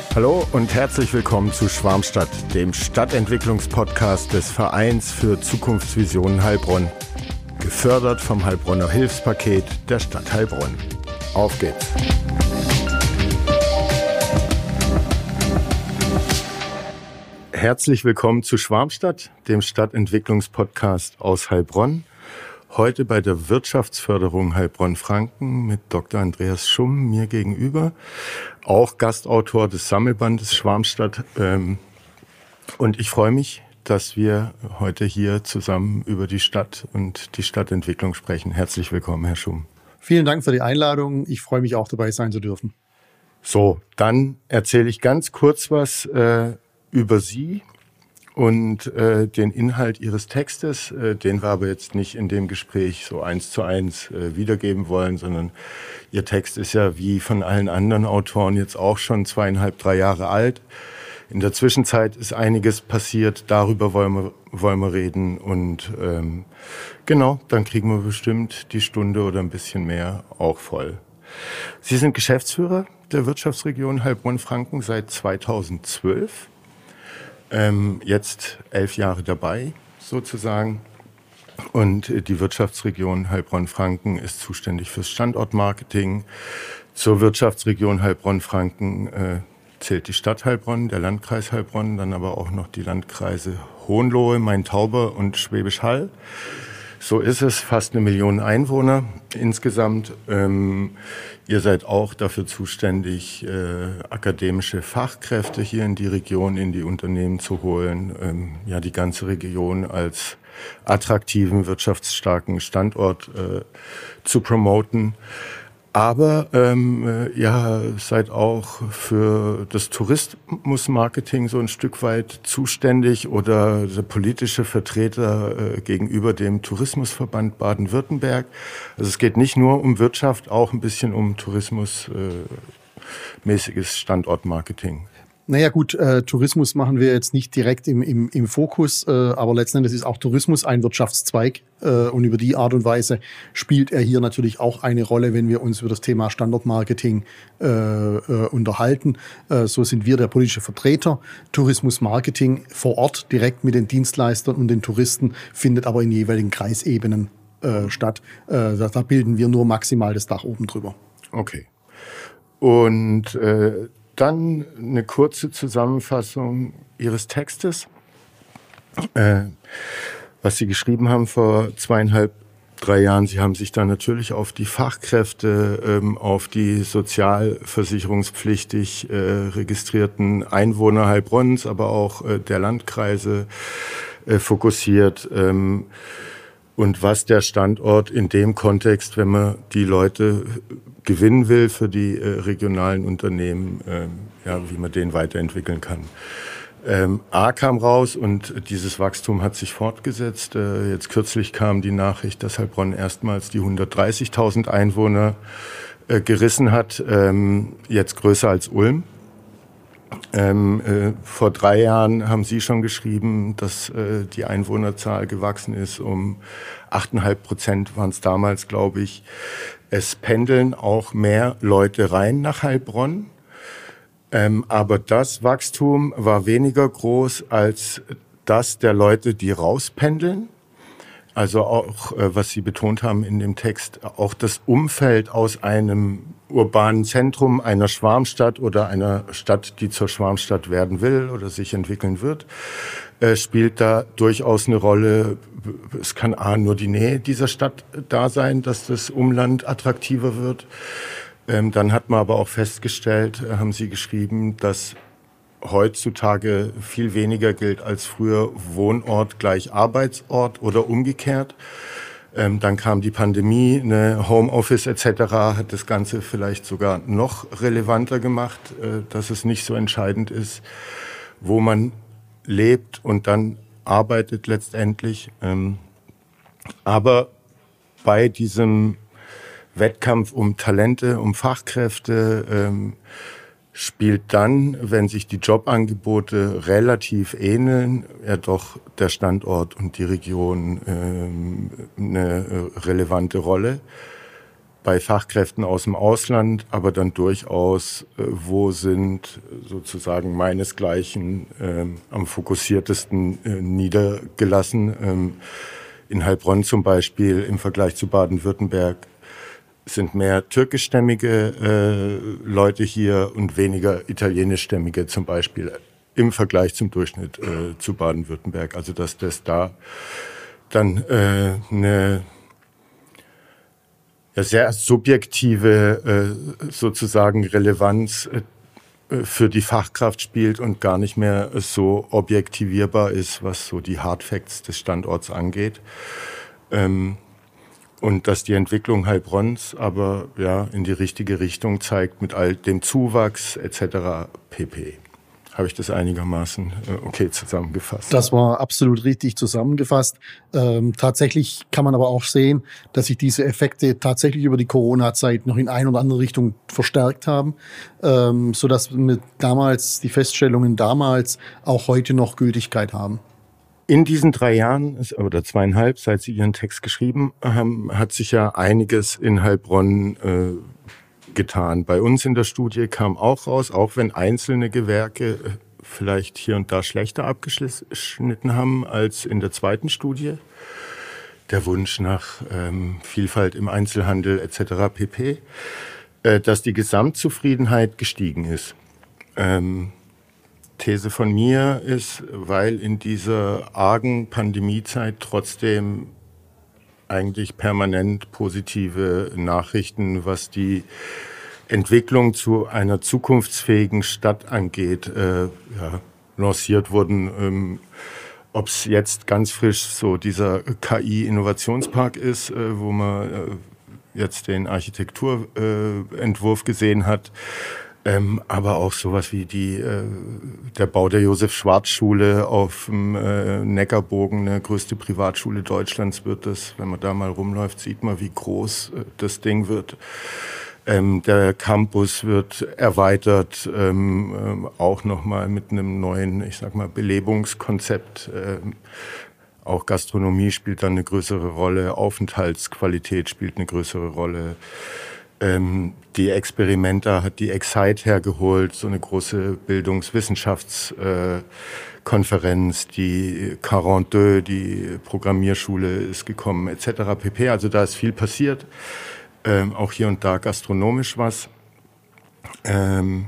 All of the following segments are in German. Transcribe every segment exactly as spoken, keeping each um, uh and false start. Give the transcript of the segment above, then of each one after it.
Hallo und herzlich willkommen zu Schwarmstadt, dem Stadtentwicklungspodcast des Vereins für Zukunftsvisionen Heilbronn. Gefördert vom Heilbronner Hilfspaket der Stadt Heilbronn. Auf geht's! Herzlich willkommen zu Schwarmstadt, dem Stadtentwicklungspodcast aus Heilbronn. Heute bei der Wirtschaftsförderung Heilbronn-Franken mit Doktor Andreas Schumm mir gegenüber, auch Gastautor des Sammelbandes Schwarmstadt. Und ich freue mich, dass wir heute hier zusammen über die Stadt und die Stadtentwicklung sprechen. Herzlich willkommen, Herr Schumm. Vielen Dank für die Einladung. Ich freue mich auch, dabei sein zu dürfen. So, dann erzähle ich ganz kurz was äh, über Sie und äh, den Inhalt Ihres Textes, äh, den wir aber jetzt nicht in dem Gespräch so eins zu eins äh, wiedergeben wollen, sondern Ihr Text ist ja wie von allen anderen Autoren jetzt auch schon zweieinhalb, drei Jahre alt. In der Zwischenzeit ist einiges passiert, darüber wollen wir, wollen wir reden und ähm, genau, dann kriegen wir bestimmt die Stunde oder ein bisschen mehr auch voll. Sie sind Geschäftsführer der Wirtschaftsregion Heilbronn-Franken seit zweitausendzwölf. Ähm, jetzt elf Jahre dabei, sozusagen. Und die Wirtschaftsregion Heilbronn-Franken ist zuständig fürs Standortmarketing. Zur Wirtschaftsregion Heilbronn-Franken äh, zählt die Stadt Heilbronn, der Landkreis Heilbronn, dann aber auch noch die Landkreise Hohenlohe, Main-Tauber und Schwäbisch Hall. So ist es, fast eine Million Einwohner insgesamt. Ähm, ihr seid auch dafür zuständig, äh, akademische Fachkräfte hier in die Region, in die Unternehmen zu holen. Ähm, ja, die ganze Region als attraktiven, wirtschaftsstarken Standort äh, zu promoten. Aber ähm, ja, seid auch für das Tourismusmarketing so ein Stück weit zuständig oder der politische Vertreter äh, gegenüber dem Tourismusverband Baden-Württemberg. Also es geht nicht nur um Wirtschaft, auch ein bisschen um tourismusmäßiges Standortmarketing. Naja gut, äh, Tourismus machen wir jetzt nicht direkt im, im, im Fokus, äh, aber letzten Endes ist auch Tourismus ein Wirtschaftszweig äh, und über die Art und Weise spielt er hier natürlich auch eine Rolle, wenn wir uns über das Thema Standortmarketing äh, äh, unterhalten. Äh, so sind wir der politische Vertreter. Tourismusmarketing vor Ort direkt mit den Dienstleistern und den Touristen findet aber in jeweiligen Kreisebenen äh, statt. Äh, da, da bilden wir nur maximal das Dach oben drüber. Okay. Und äh dann eine kurze Zusammenfassung Ihres Textes, äh, was Sie geschrieben haben vor zweieinhalb, drei Jahren. Sie haben sich dann natürlich auf die Fachkräfte, ähm, auf die sozialversicherungspflichtig äh, registrierten Einwohner Heilbronns, aber auch äh, der Landkreise äh, fokussiert. Ähm, Und was der Standort in dem Kontext, wenn man die Leute gewinnen will für die äh, regionalen Unternehmen, äh, ja, wie man den weiterentwickeln kann. Ähm, A kam raus und dieses Wachstum hat sich fortgesetzt. Äh, jetzt kürzlich kam die Nachricht, dass Heilbronn erstmals die hundertdreißigtausend Einwohner äh, gerissen hat, ähm, jetzt größer als Ulm. Ähm, äh, vor drei Jahren haben Sie schon geschrieben, dass äh, die Einwohnerzahl gewachsen ist um achteinhalb Prozent waren es damals, glaube ich. Es pendeln auch mehr Leute rein nach Heilbronn, ähm, aber das Wachstum war weniger groß als das der Leute, die rauspendeln. Also auch, äh, was Sie betont haben in dem Text, auch das Umfeld aus einem urbanen Zentrum, einer Schwarmstadt oder einer Stadt, die zur Schwarmstadt werden will oder sich entwickeln wird, äh, spielt da durchaus eine Rolle. Es kann A, nur die Nähe dieser Stadt da sein, dass das Umland attraktiver wird. Ähm, dann hat man aber auch festgestellt, äh, haben Sie geschrieben, dass heutzutage viel weniger gilt als früher Wohnort gleich Arbeitsort oder umgekehrt. Ähm, dann kam die Pandemie, eine Homeoffice et cetera hat das Ganze vielleicht sogar noch relevanter gemacht, äh, dass es nicht so entscheidend ist, wo man lebt und dann arbeitet letztendlich. Ähm, aber bei diesem Wettkampf um Talente, um Fachkräfte, ähm, spielt dann, wenn sich die Jobangebote relativ ähneln, ja doch der Standort und die Region ähm, eine relevante Rolle. bei Fachkräften aus dem Ausland, aber dann durchaus, äh, wo sind sozusagen meinesgleichen äh, am fokussiertesten äh, niedergelassen. Ähm, in Heilbronn zum Beispiel im Vergleich zu Baden-Württemberg sind mehr türkischstämmige äh, Leute hier und weniger italienischstämmige zum Beispiel im Vergleich zum Durchschnitt äh, zu Baden-Württemberg. Also dass das da dann äh, eine ja, sehr subjektive äh, sozusagen Relevanz äh, für die Fachkraft spielt und gar nicht mehr so objektivierbar ist, was so die Hard Facts des Standorts angeht. Ähm, Und dass die Entwicklung Heilbronns aber ja in die richtige Richtung zeigt mit all dem Zuwachs et cetera pp. Habe ich das einigermaßen äh, okay zusammengefasst? Das war absolut richtig zusammengefasst. Ähm, tatsächlich kann man aber auch sehen, dass sich diese Effekte tatsächlich über die Corona-Zeit noch in eine oder andere Richtung verstärkt haben, ähm, sodass mit damals die Feststellungen damals auch heute noch Gültigkeit haben. In diesen drei Jahren oder zweieinhalb, seit Sie Ihren Text geschrieben haben, hat sich ja einiges in Heilbronn äh, getan. Bei uns in der Studie kam auch raus, auch wenn einzelne Gewerke äh, vielleicht hier und da schlechter abgeschnitten haben als in der zweiten Studie, der Wunsch nach ähm, Vielfalt im Einzelhandel et cetera pp., äh, dass die Gesamtzufriedenheit gestiegen ist. Ähm, These von mir ist, weil in dieser argen Pandemiezeit trotzdem eigentlich permanent positive Nachrichten, was die Entwicklung zu einer zukunftsfähigen Stadt angeht, äh, ja, lanciert wurden. Ähm, ob es jetzt ganz frisch so dieser K I-Innovationspark ist, äh, wo man äh, jetzt den Architekturentwurf äh, gesehen hat, Ähm, aber auch sowas wie die, äh, der Bau der Josef-Schwarz-Schule auf dem äh, Neckarbogen, eine größte Privatschule Deutschlands wird das. Wenn man da mal rumläuft, sieht man, wie groß äh, das Ding wird. Ähm, der Campus wird erweitert, ähm, ähm, auch nochmal mit einem neuen, ich sag mal, Belebungskonzept. Ähm, auch Gastronomie spielt dann eine größere Rolle, Aufenthaltsqualität spielt eine größere Rolle. Ähm, die Experimenta hat die Excite hergeholt, so eine große Bildungswissenschaftskonferenz, äh, die quarante-deux, die Programmierschule ist gekommen, et cetera pp. Also da ist viel passiert, ähm, auch hier und da gastronomisch was. Ähm,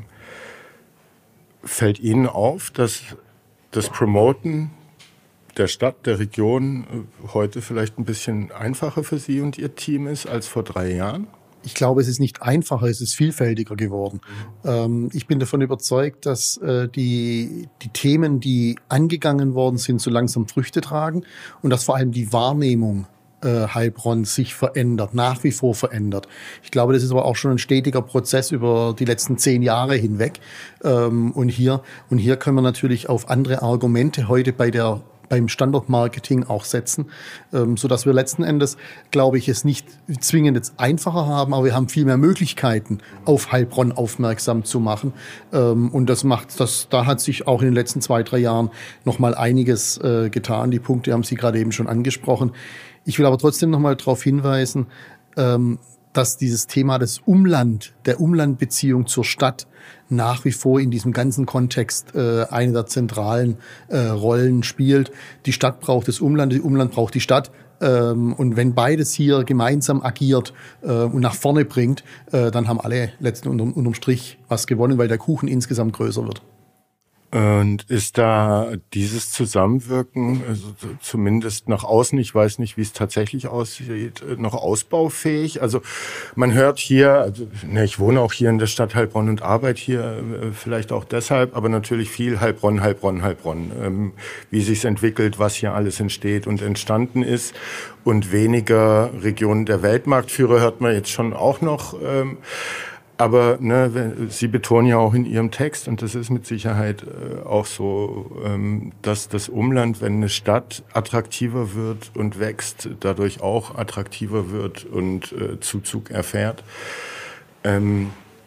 fällt Ihnen auf, dass das Promoten der Stadt, der Region äh, heute vielleicht ein bisschen einfacher für Sie und Ihr Team ist als vor drei Jahren? Ich glaube, es ist nicht einfacher, es ist vielfältiger geworden. Mhm. Ähm, ich bin davon überzeugt, dass äh, die, die Themen, die angegangen worden sind, so langsam Früchte tragen und dass vor allem die Wahrnehmung äh, Heilbronn sich verändert, nach wie vor verändert. Ich glaube, das ist aber auch schon ein stetiger Prozess über die letzten zehn Jahre hinweg. Ähm, und hier, und hier können wir natürlich auf andere Argumente heute bei der beim Standortmarketing auch setzen, ähm, sodass wir letzten Endes, glaube ich, es nicht zwingend jetzt einfacher haben, aber wir haben viel mehr Möglichkeiten, auf Heilbronn aufmerksam zu machen. Ähm, und das macht, das, da hat sich auch in den letzten zwei, drei Jahren noch mal einiges äh, getan. Die Punkte haben Sie gerade eben schon angesprochen. Ich will aber trotzdem noch mal darauf hinweisen, ähm, dass dieses Thema des Umland, der Umlandbeziehung zur Stadt nach wie vor in diesem ganzen Kontext äh, eine der zentralen äh, Rollen spielt. Die Stadt braucht das Umland, das Umland braucht die Stadt. Ähm, und wenn beides hier gemeinsam agiert äh, und nach vorne bringt, äh, dann haben alle letzten unterm, unterm Strich was gewonnen, weil der Kuchen insgesamt größer wird. Und ist da dieses Zusammenwirken, also zumindest nach außen, ich weiß nicht, wie es tatsächlich aussieht, noch ausbaufähig? Also man hört hier, also, ne, ich wohne auch hier in der Stadt Heilbronn und arbeite hier, vielleicht auch deshalb, aber natürlich viel Heilbronn, Heilbronn, Heilbronn, ähm, wie sich's entwickelt, was hier alles entsteht und entstanden ist. Und weniger Regionen der Weltmarktführer hört man jetzt schon auch noch. Ähm, Aber ne, Sie betonen ja auch in Ihrem Text, und das ist mit Sicherheit äh, auch so, ähm, dass das Umland, wenn eine Stadt attraktiver wird und wächst, dadurch auch attraktiver wird und äh, Zuzug erfährt. Ähm,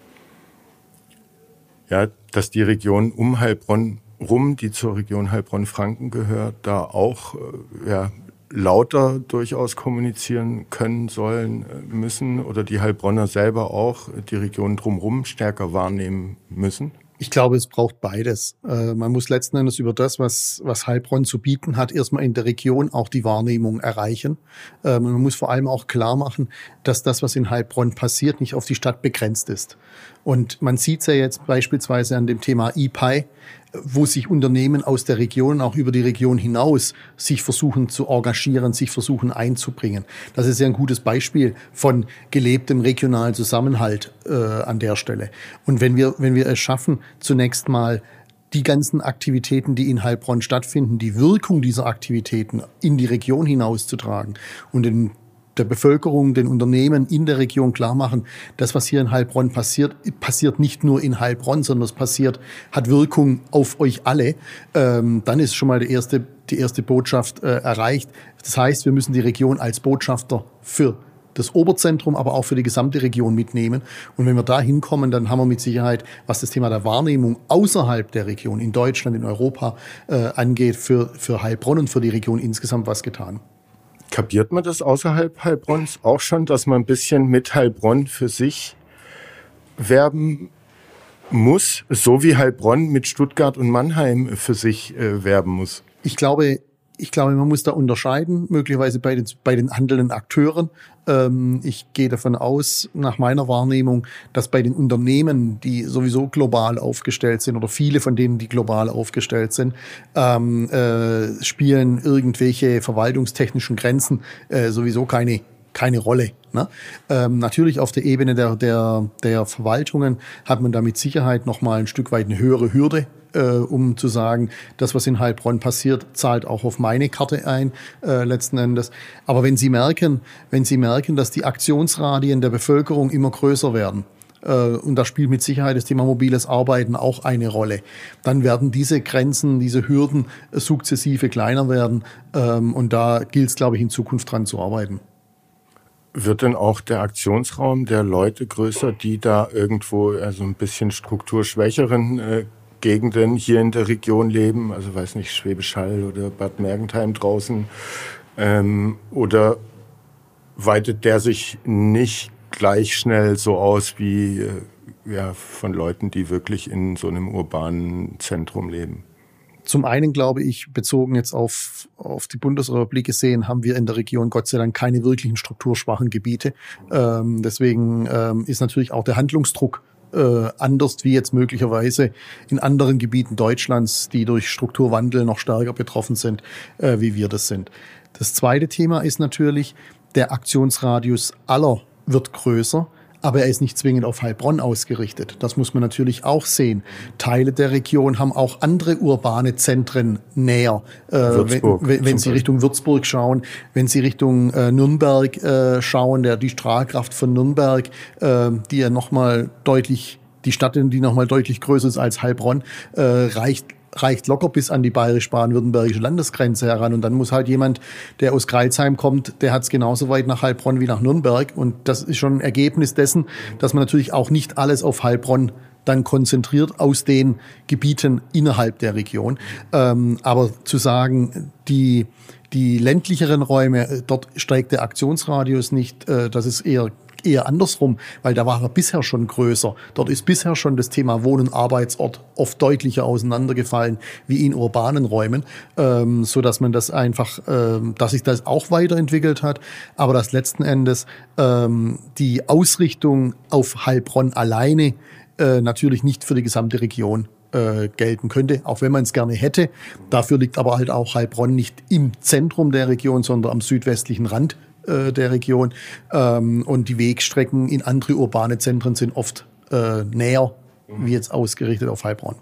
ja, dass die Region um Heilbronn rum, die zur Region Heilbronn-Franken gehört, da auch äh, ja, lauter durchaus kommunizieren können, sollen, müssen oder die Heilbronner selber auch die Region drumherum stärker wahrnehmen müssen? Ich glaube, es braucht beides. Äh, man muss letzten Endes über das, was, was Heilbronn zu bieten hat, erstmal in der Region auch die Wahrnehmung erreichen. Äh, man muss vor allem auch klar machen, dass das, was in Heilbronn passiert, nicht auf die Stadt begrenzt ist. Und man sieht es ja jetzt beispielsweise an dem Thema E P I, wo sich Unternehmen aus der Region, auch über die Region hinaus, sich versuchen zu engagieren, sich versuchen einzubringen. Das ist ja ein gutes Beispiel von gelebtem regionalen Zusammenhalt äh, an der Stelle. Und wenn wir, wenn wir es schaffen, zunächst mal die ganzen Aktivitäten, die in Heilbronn stattfinden, die Wirkung dieser Aktivitäten in die Region hinauszutragen und den der Bevölkerung, den Unternehmen in der Region klar machen, das, was hier in Heilbronn passiert, passiert nicht nur in Heilbronn, sondern es passiert, hat Wirkung auf euch alle, ähm, dann ist schon mal die erste, die erste Botschaft äh, erreicht. Das heißt, wir müssen die Region als Botschafter für das Oberzentrum, aber auch für die gesamte Region mitnehmen. Und wenn wir da hinkommen, dann haben wir mit Sicherheit, was das Thema der Wahrnehmung außerhalb der Region, in Deutschland, in Europa äh, angeht, für, für Heilbronn und für die Region insgesamt was getan. Kapiert man das außerhalb Heilbronns auch schon, dass man ein bisschen mit Heilbronn für sich werben muss, so wie Heilbronn mit Stuttgart und Mannheim für sich äh, werben muss? Ich glaube, ich glaube, man muss da unterscheiden, möglicherweise bei den, bei den handelnden Akteuren. Ähm, ich gehe davon aus, nach meiner Wahrnehmung, dass bei den Unternehmen, die sowieso global aufgestellt sind oder viele von denen, die global aufgestellt sind, ähm, äh, spielen irgendwelche verwaltungstechnischen Grenzen äh, sowieso keine keine Rolle. Ne? Ähm, natürlich auf der Ebene der, der, der Verwaltungen hat man da mit Sicherheit noch mal ein Stück weit eine höhere Hürde, äh, um zu sagen, das, was in Heilbronn passiert, zahlt auch auf meine Karte ein, äh, letzten Endes. Aber wenn Sie merken, wenn Sie merken, dass die Aktionsradien der Bevölkerung immer größer werden, äh, und da spielt mit Sicherheit das Thema mobiles Arbeiten auch eine Rolle, dann werden diese Grenzen, diese Hürden äh, sukzessive kleiner werden. Ähm, und da gilt es, glaube ich, in Zukunft dran zu arbeiten. Wird denn auch der Aktionsraum der Leute größer, die da irgendwo also ein bisschen strukturschwächeren äh, Gegenden hier in der Region leben? Also weiß nicht, Schwäbisch Hall oder Bad Mergentheim draußen. Ähm, oder weitet der sich nicht gleich schnell so aus wie äh, ja, von Leuten, die wirklich in so einem urbanen Zentrum leben? Zum einen glaube ich, bezogen jetzt auf, auf die Bundesrepublik gesehen, haben wir in der Region Gott sei Dank keine wirklichen strukturschwachen Gebiete. Ähm, deswegen ähm, ist natürlich auch der Handlungsdruck äh, anders wie jetzt möglicherweise in anderen Gebieten Deutschlands, die durch Strukturwandel noch stärker betroffen sind, äh, wie wir das sind. Das zweite Thema ist natürlich, der Aktionsradius aller wird größer. Aber er ist nicht zwingend auf Heilbronn ausgerichtet. Das muss man natürlich auch sehen. Teile der Region haben auch andere urbane Zentren näher. Äh, wenn wenn, wenn Sie Richtung Würzburg schauen, wenn Sie Richtung äh, Nürnberg äh, schauen, der die Strahlkraft von Nürnberg, äh, die ja noch mal deutlich, die Stadt, die noch mal deutlich größer ist als Heilbronn, äh, reicht reicht locker bis an die bayerisch-baden-württembergische Landesgrenze heran. Und dann muss halt jemand, der aus Crailsheim kommt, der hat es genauso weit nach Heilbronn wie nach Nürnberg. Und das ist schon ein Ergebnis dessen, dass man natürlich auch nicht alles auf Heilbronn dann konzentriert aus den Gebieten innerhalb der Region. Ähm, aber zu sagen, die, die ländlicheren Räume, dort steigt der Aktionsradius nicht, äh, das ist eher eher andersrum, weil da war er bisher schon größer. Dort ist bisher schon das Thema Wohnen, Arbeitsort oft deutlicher auseinandergefallen wie in urbanen Räumen, ähm, so dass man das einfach, ähm, dass sich das auch weiterentwickelt hat, aber dass letzten Endes ähm, die Ausrichtung auf Heilbronn alleine äh, natürlich nicht für die gesamte Region äh, gelten könnte, auch wenn man es gerne hätte. Dafür liegt aber halt auch Heilbronn nicht im Zentrum der Region, sondern am südwestlichen Rand der Region, ähm, und die Wegstrecken in andere urbane Zentren sind oft äh, näher, wie jetzt ausgerichtet auf Heilbronn.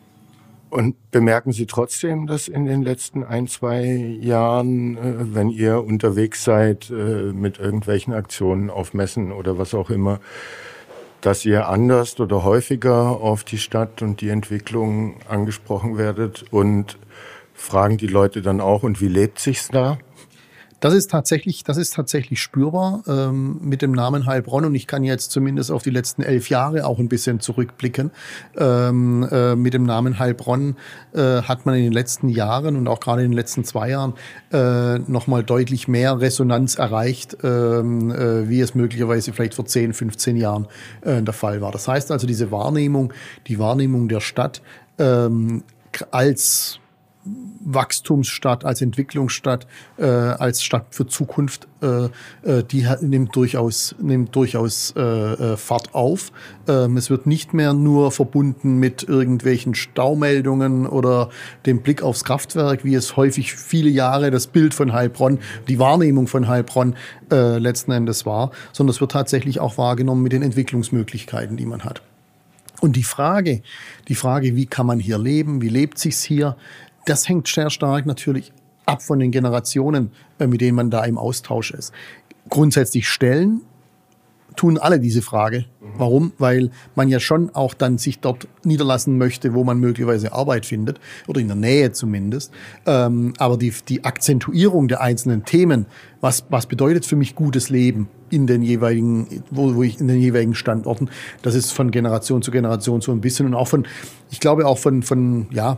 Und bemerken Sie trotzdem, dass in den letzten ein, zwei Jahren, äh, wenn ihr unterwegs seid äh, mit irgendwelchen Aktionen auf Messen oder was auch immer, dass ihr anders oder häufiger auf die Stadt und die Entwicklung angesprochen werdet und fragen die Leute dann auch, und wie lebt sich's da? Das ist tatsächlich, das ist tatsächlich spürbar ähm, mit dem Namen Heilbronn, und ich kann jetzt zumindest auf die letzten elf Jahre auch ein bisschen zurückblicken. Ähm, äh, mit dem Namen Heilbronn äh, hat man in den letzten Jahren und auch gerade in den letzten zwei Jahren äh, nochmal deutlich mehr Resonanz erreicht, ähm, äh, wie es möglicherweise vielleicht vor zehn, fünfzehn Jahren äh, der Fall war. Das heißt also, diese Wahrnehmung, die Wahrnehmung der Stadt ähm, als Wachstumsstadt, als Entwicklungsstadt, äh, als Stadt für Zukunft, äh, äh, die hat, nimmt durchaus, nimmt durchaus äh, äh, Fahrt auf. Ähm, es wird nicht mehr nur verbunden mit irgendwelchen Staumeldungen oder dem Blick aufs Kraftwerk, wie es häufig viele Jahre das Bild von Heilbronn, die Wahrnehmung von Heilbronn äh, letzten Endes war, sondern es wird tatsächlich auch wahrgenommen mit den Entwicklungsmöglichkeiten, die man hat. Und die Frage, die Frage, wie kann man hier leben, wie lebt sich's hier, das hängt sehr stark natürlich ab von den Generationen, mit denen man da im Austausch ist. Grundsätzlich stellen tun alle diese Frage. Warum? Weil man ja schon auch dann sich dort niederlassen möchte, wo man möglicherweise Arbeit findet, oder in der Nähe zumindest. Ähm, aber die, die Akzentuierung der einzelnen Themen, was, was bedeutet für mich gutes Leben in den jeweiligen, wo, wo ich in den jeweiligen Standorten, das ist von Generation zu Generation so ein bisschen, und auch von, ich glaube auch von, von, ja,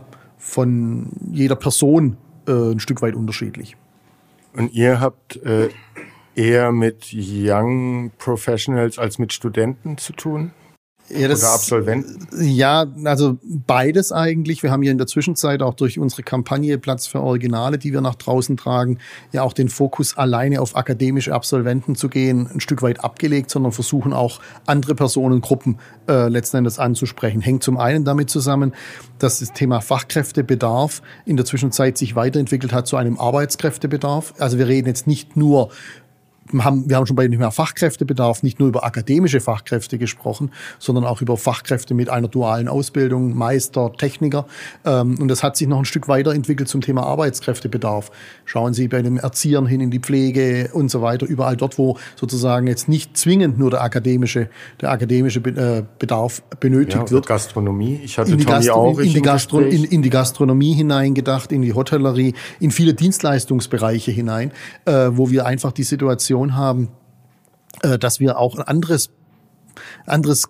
von jeder Person äh, ein Stück weit unterschiedlich. Und ihr habt äh, eher mit Young Professionals als mit Studenten zu tun? Ja, das, oder Absolventen? Ja, also beides eigentlich. Wir haben hier in der Zwischenzeit auch durch unsere Kampagne Platz für Originale, die wir nach draußen tragen, ja auch den Fokus alleine auf akademische Absolventen zu gehen, ein Stück weit abgelegt, sondern versuchen auch andere Personengruppen äh, letzten Endes anzusprechen. Hängt zum einen damit zusammen, dass das Thema Fachkräftebedarf in der Zwischenzeit sich weiterentwickelt hat zu einem Arbeitskräftebedarf. Also wir reden jetzt nicht nur Wir haben, wir haben schon bei dem Thema Fachkräftebedarf nicht nur über akademische Fachkräfte gesprochen, sondern auch über Fachkräfte mit einer dualen Ausbildung, Meister, Techniker. Und das hat sich noch ein Stück weiterentwickelt zum Thema Arbeitskräftebedarf. Schauen Sie bei den Erziehern hin in die Pflege und so weiter, überall dort, wo sozusagen jetzt nicht zwingend nur der akademische, der akademische Bedarf benötigt ja, wird. Gastronomie, ich hatte in die, Tommy Gastro auch in, die Gastro in, in die Gastronomie hineingedacht, in die Hotellerie, in viele Dienstleistungsbereiche hinein, äh, wo wir einfach die Situation haben, äh, dass wir auch ein anderes, anderes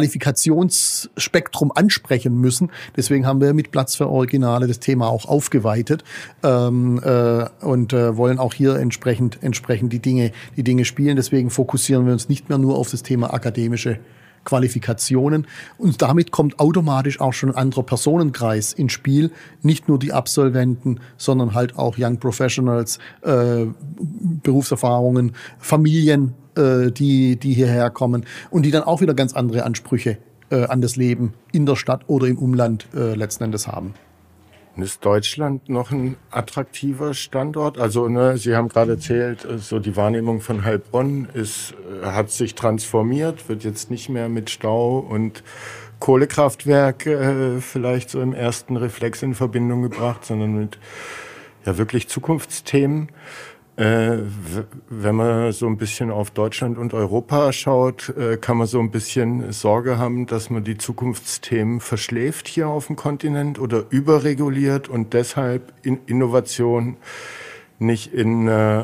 Qualifikationsspektrum ansprechen müssen. Deswegen haben wir mit Platz für Originale das Thema auch aufgeweitet ähm, äh, und äh, wollen auch hier entsprechend, entsprechend die Dinge, die Dinge spielen. Deswegen fokussieren wir uns nicht mehr nur auf das Thema akademische Qualifikationen, und damit kommt automatisch auch schon ein anderer Personenkreis ins Spiel. Nicht nur die Absolventen, sondern halt auch Young Professionals, äh, Berufserfahrungen, Familien, äh, die, die hierher kommen und die dann auch wieder ganz andere Ansprüche äh, an das Leben in der Stadt oder im Umland äh, letzten Endes haben. Ist Deutschland noch ein attraktiver Standort? Also, ne, Sie haben gerade erzählt, so die Wahrnehmung von Heilbronn ist, hat sich transformiert, wird jetzt nicht mehr mit Stau und Kohlekraftwerk äh, vielleicht so im ersten Reflex in Verbindung gebracht, sondern mit ja wirklich Zukunftsthemen. Äh, wenn man so ein bisschen auf Deutschland und Europa schaut, äh, kann man so ein bisschen Sorge haben, dass man die Zukunftsthemen verschläft hier auf dem Kontinent oder überreguliert und deshalb in Innovation nicht in einer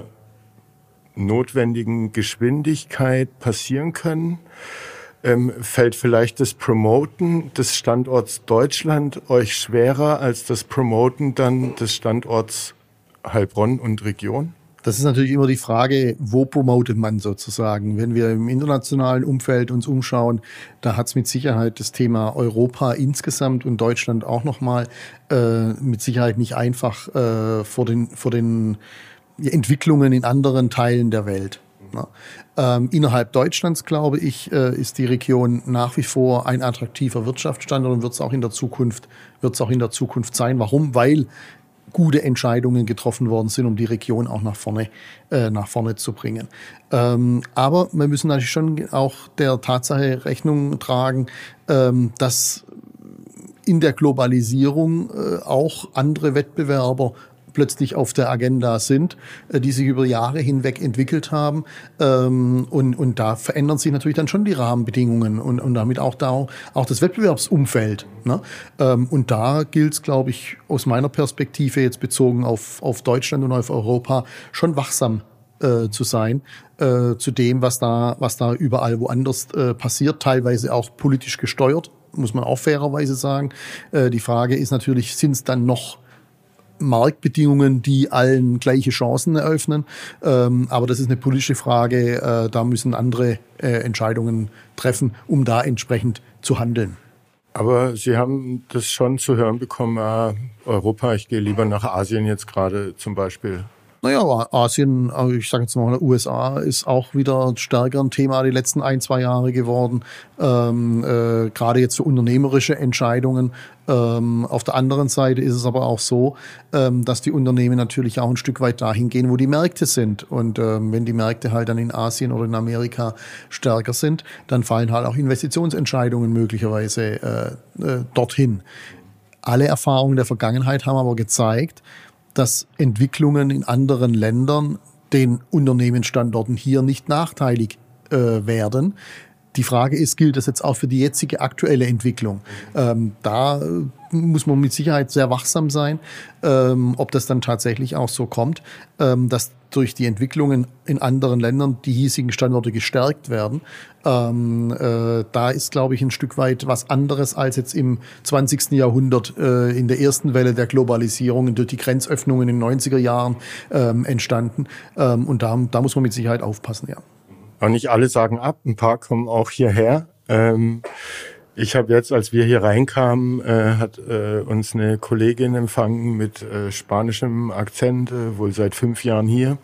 notwendigen Geschwindigkeit passieren können. Ähm, fällt vielleicht das Promoten des Standorts Deutschland euch schwerer als das Promoten dann des Standorts Heilbronn und Region? Das ist natürlich immer die Frage, wo promotet man sozusagen? Wenn wir im internationalen Umfeld uns umschauen, da hat es mit Sicherheit das Thema Europa insgesamt und Deutschland auch nochmal äh, mit Sicherheit nicht einfach äh, vor den, vor den Entwicklungen in anderen Teilen der Welt. Ja. Ähm, innerhalb Deutschlands, glaube ich, äh, ist die Region nach wie vor ein attraktiver Wirtschaftsstandort und wird es auch in der Zukunft, wird es auch in der Zukunft sein. Warum? Weil gute Entscheidungen getroffen worden sind, um die Region auch nach vorne, äh, nach vorne zu bringen. Ähm, aber wir müssen natürlich schon auch der Tatsache Rechnung tragen, ähm, dass in der Globalisierung äh, auch andere Wettbewerber plötzlich auf der Agenda sind, äh, die sich über Jahre hinweg entwickelt haben. Ähm, und, und da verändern sich natürlich dann schon die Rahmenbedingungen und, und damit auch, da, auch das Wettbewerbsumfeld. Ne? Ähm, und da gilt es, glaube ich, aus meiner Perspektive jetzt bezogen auf, auf Deutschland und auf Europa schon wachsam Äh, zu sein, äh, zu dem, was da, was da überall woanders äh, passiert, teilweise auch politisch gesteuert, muss man auch fairerweise sagen. Äh, die Frage ist natürlich, sind es dann noch Marktbedingungen, die allen gleiche Chancen eröffnen? Ähm, aber das ist eine politische Frage, äh, da müssen andere äh, Entscheidungen treffen, um da entsprechend zu handeln. Aber Sie haben das schon zu hören bekommen, ah, Europa, ich gehe lieber nach Asien jetzt gerade zum Beispiel. Naja, Asien, ich sage jetzt mal, U S A ist auch wieder stärker ein Thema die letzten ein, zwei Jahre geworden. Ähm, äh, gerade jetzt für unternehmerische Entscheidungen. Ähm, auf der anderen Seite ist es aber auch so, ähm, dass die Unternehmen natürlich auch ein Stück weit dahin gehen, wo die Märkte sind. Und ähm, wenn die Märkte halt dann in Asien oder in Amerika stärker sind, dann fallen halt auch Investitionsentscheidungen möglicherweise äh, äh, dorthin. Alle Erfahrungen der Vergangenheit haben aber gezeigt, dass Entwicklungen in anderen Ländern den Unternehmensstandorten hier nicht nachteilig äh, werden. Die Frage ist, gilt das jetzt auch für die jetzige aktuelle Entwicklung? Ähm, da muss man mit Sicherheit sehr wachsam sein, ähm, ob das dann tatsächlich auch so kommt, ähm, dass durch die Entwicklungen in anderen Ländern die hiesigen Standorte gestärkt werden. Ähm, äh, da ist, glaube ich, ein Stück weit was anderes als jetzt im zwanzigsten Jahrhundert äh, in der ersten Welle der Globalisierung durch die Grenzöffnungen in den neunziger Jahren ähm, entstanden. Ähm, und da, da muss man mit Sicherheit aufpassen, ja. Aber nicht alle sagen ab, ein paar kommen auch hierher. Ähm, ich habe jetzt, als wir hier reinkamen, äh, hat äh, uns eine Kollegin empfangen mit äh, spanischem Akzent, äh, wohl seit fünf Jahren hier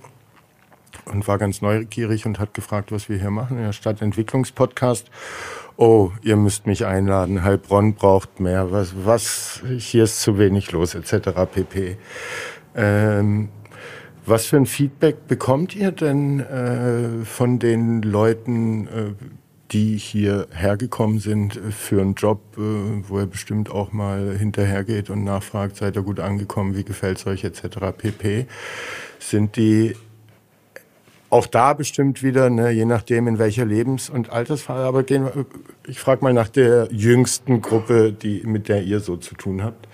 und war ganz neugierig und hat gefragt, was wir hier machen in der Stadtentwicklungspodcast. Oh, ihr müsst mich einladen, Heilbronn braucht mehr, was, was, hier ist zu wenig los, et cetera pp. Ähm, Was für ein Feedback bekommt ihr denn äh, von den Leuten, äh, die hierher gekommen sind für einen Job, äh, wo ihr bestimmt auch mal hinterhergeht und nachfragt, seid ihr gut angekommen, wie gefällt's euch et cetera pp. Sind die auch da bestimmt wieder, ne, je nachdem in welcher Lebens- und Altersphase, aber gehen wir, ich frage mal nach der jüngsten Gruppe, die mit der ihr so zu tun habt,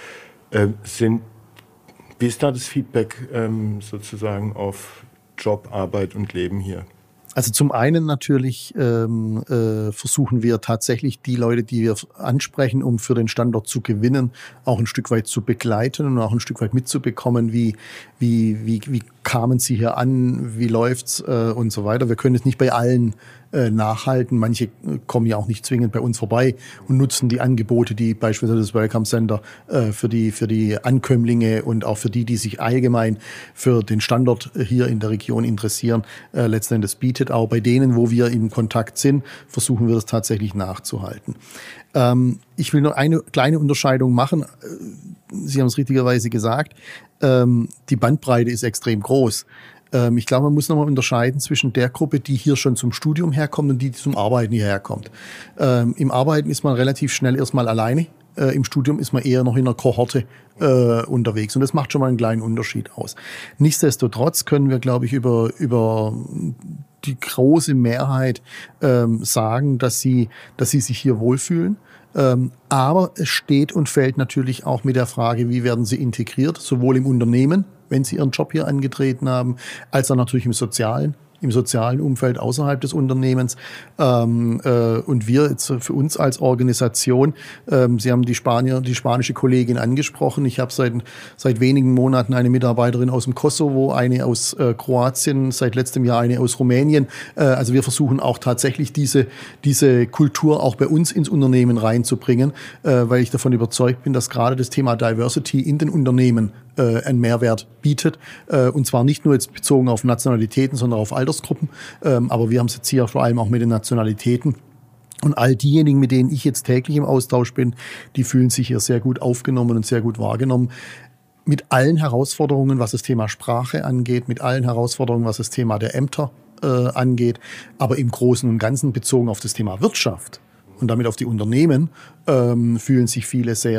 äh, sind Wie ist da das Feedback ähm, sozusagen auf Job, Arbeit und Leben hier? Also zum einen natürlich ähm, äh, versuchen wir tatsächlich die Leute, die wir ansprechen, um für den Standort zu gewinnen, auch ein Stück weit zu begleiten und auch ein Stück weit mitzubekommen, wie, wie, wie, wie kamen sie hier an, wie läuft's äh, und so weiter. Wir können es nicht bei allen äh, nachhalten. Manche kommen ja auch nicht zwingend bei uns vorbei und nutzen die Angebote, die beispielsweise das Welcome Center äh, für die für die Ankömmlinge und auch für die, die sich allgemein für den Standort hier in der Region interessieren, äh, letzten Endes bietet. Auch bei denen, wo wir im Kontakt sind, versuchen wir das tatsächlich nachzuhalten. Ähm, ich will noch eine kleine Unterscheidung machen. Sie haben es richtigerweise gesagt. Ähm, die Bandbreite ist extrem groß. Ähm, ich glaube, man muss nochmal unterscheiden zwischen der Gruppe, die hier schon zum Studium herkommt und die, die zum Arbeiten hierher kommt. Ähm, im Arbeiten ist man relativ schnell erstmal alleine. Äh, Im Studium ist man eher noch in einer Kohorte äh, unterwegs. Und das macht schon mal einen kleinen Unterschied aus. Nichtsdestotrotz können wir, glaube ich, über, über die große Mehrheit ähm, sagen, dass sie, dass sie sich hier wohlfühlen. Ähm, aber es steht und fällt natürlich auch mit der Frage, wie werden sie integriert, sowohl im Unternehmen, wenn sie ihren Job hier angetreten haben, als auch natürlich im sozialen, im sozialen Umfeld außerhalb des Unternehmens. Ähm, äh, und wir jetzt für uns als Organisation, ähm, Sie haben die Spanier, die spanische Kollegin angesprochen. Ich habe seit seit wenigen Monaten eine Mitarbeiterin aus dem Kosovo, eine aus äh, Kroatien, seit letztem Jahr eine aus Rumänien. Äh, also wir versuchen auch tatsächlich diese diese Kultur auch bei uns ins Unternehmen reinzubringen, äh, weil ich davon überzeugt bin, dass gerade das Thema Diversity in den Unternehmen äh, einen Mehrwert bietet. Äh, und zwar nicht nur jetzt bezogen auf Nationalitäten, sondern auf Altersgruppen. Ähm, aber wir haben es jetzt hier vor allem auch mit den Nationalitäten. Und all diejenigen, mit denen ich jetzt täglich im Austausch bin, die fühlen sich hier sehr gut aufgenommen und sehr gut wahrgenommen. Mit allen Herausforderungen, was das Thema Sprache angeht, mit allen Herausforderungen, was das Thema der Ämter äh, angeht, aber im Großen und Ganzen bezogen auf das Thema Wirtschaft und damit auf die Unternehmen, ähm, fühlen sich viele sehr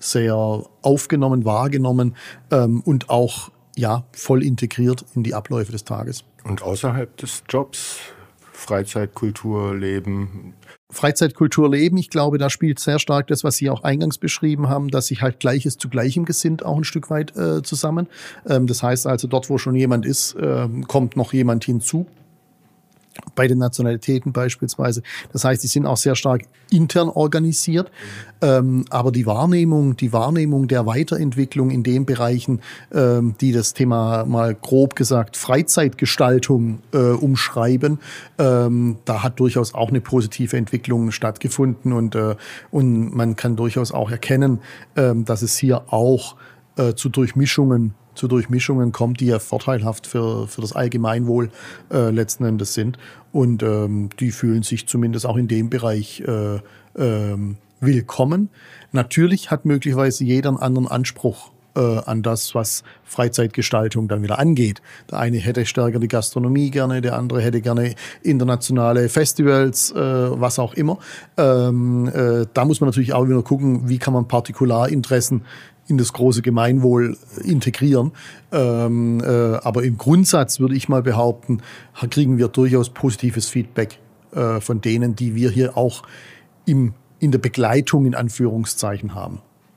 sehr aufgenommen, wahrgenommen ähm, und auch ja, voll integriert in die Abläufe des Tages. Und außerhalb des Jobs, Freizeitkultur, Leben? Freizeitkultur leben, ich glaube, da spielt sehr stark das, was Sie auch eingangs beschrieben haben, dass sich halt Gleiches zu Gleichem gesinnt auch ein Stück weit äh, zusammen. Ähm, das heißt also, dort, wo schon jemand ist, äh, kommt noch jemand hinzu. Bei den Nationalitäten beispielsweise. Das heißt, die sind auch sehr stark intern organisiert. Ähm, aber die Wahrnehmung, die Wahrnehmung der Weiterentwicklung in den Bereichen, ähm, die das Thema mal grob gesagt Freizeitgestaltung äh, umschreiben, ähm, da hat durchaus auch eine positive Entwicklung stattgefunden und, äh, und man kann durchaus auch erkennen, äh, dass es hier auch äh, zu Durchmischungen zu Durchmischungen kommt, die ja vorteilhaft für, für das Allgemeinwohl äh, letzten Endes sind. Und ähm, die fühlen sich zumindest auch in dem Bereich äh, ähm, willkommen. Natürlich hat möglicherweise jeder einen anderen Anspruch äh, an das, was Freizeitgestaltung dann wieder angeht. Der eine hätte stärker die Gastronomie gerne, der andere hätte gerne internationale Festivals, äh, was auch immer. Ähm, äh, da muss man natürlich auch wieder gucken, wie kann man Partikularinteressen in das große Gemeinwohl integrieren. Ähm, äh, aber im Grundsatz würde ich mal behaupten, kriegen wir durchaus positives Feedback äh, von denen, die wir hier auch im, in der Begleitung in Anführungszeichen haben.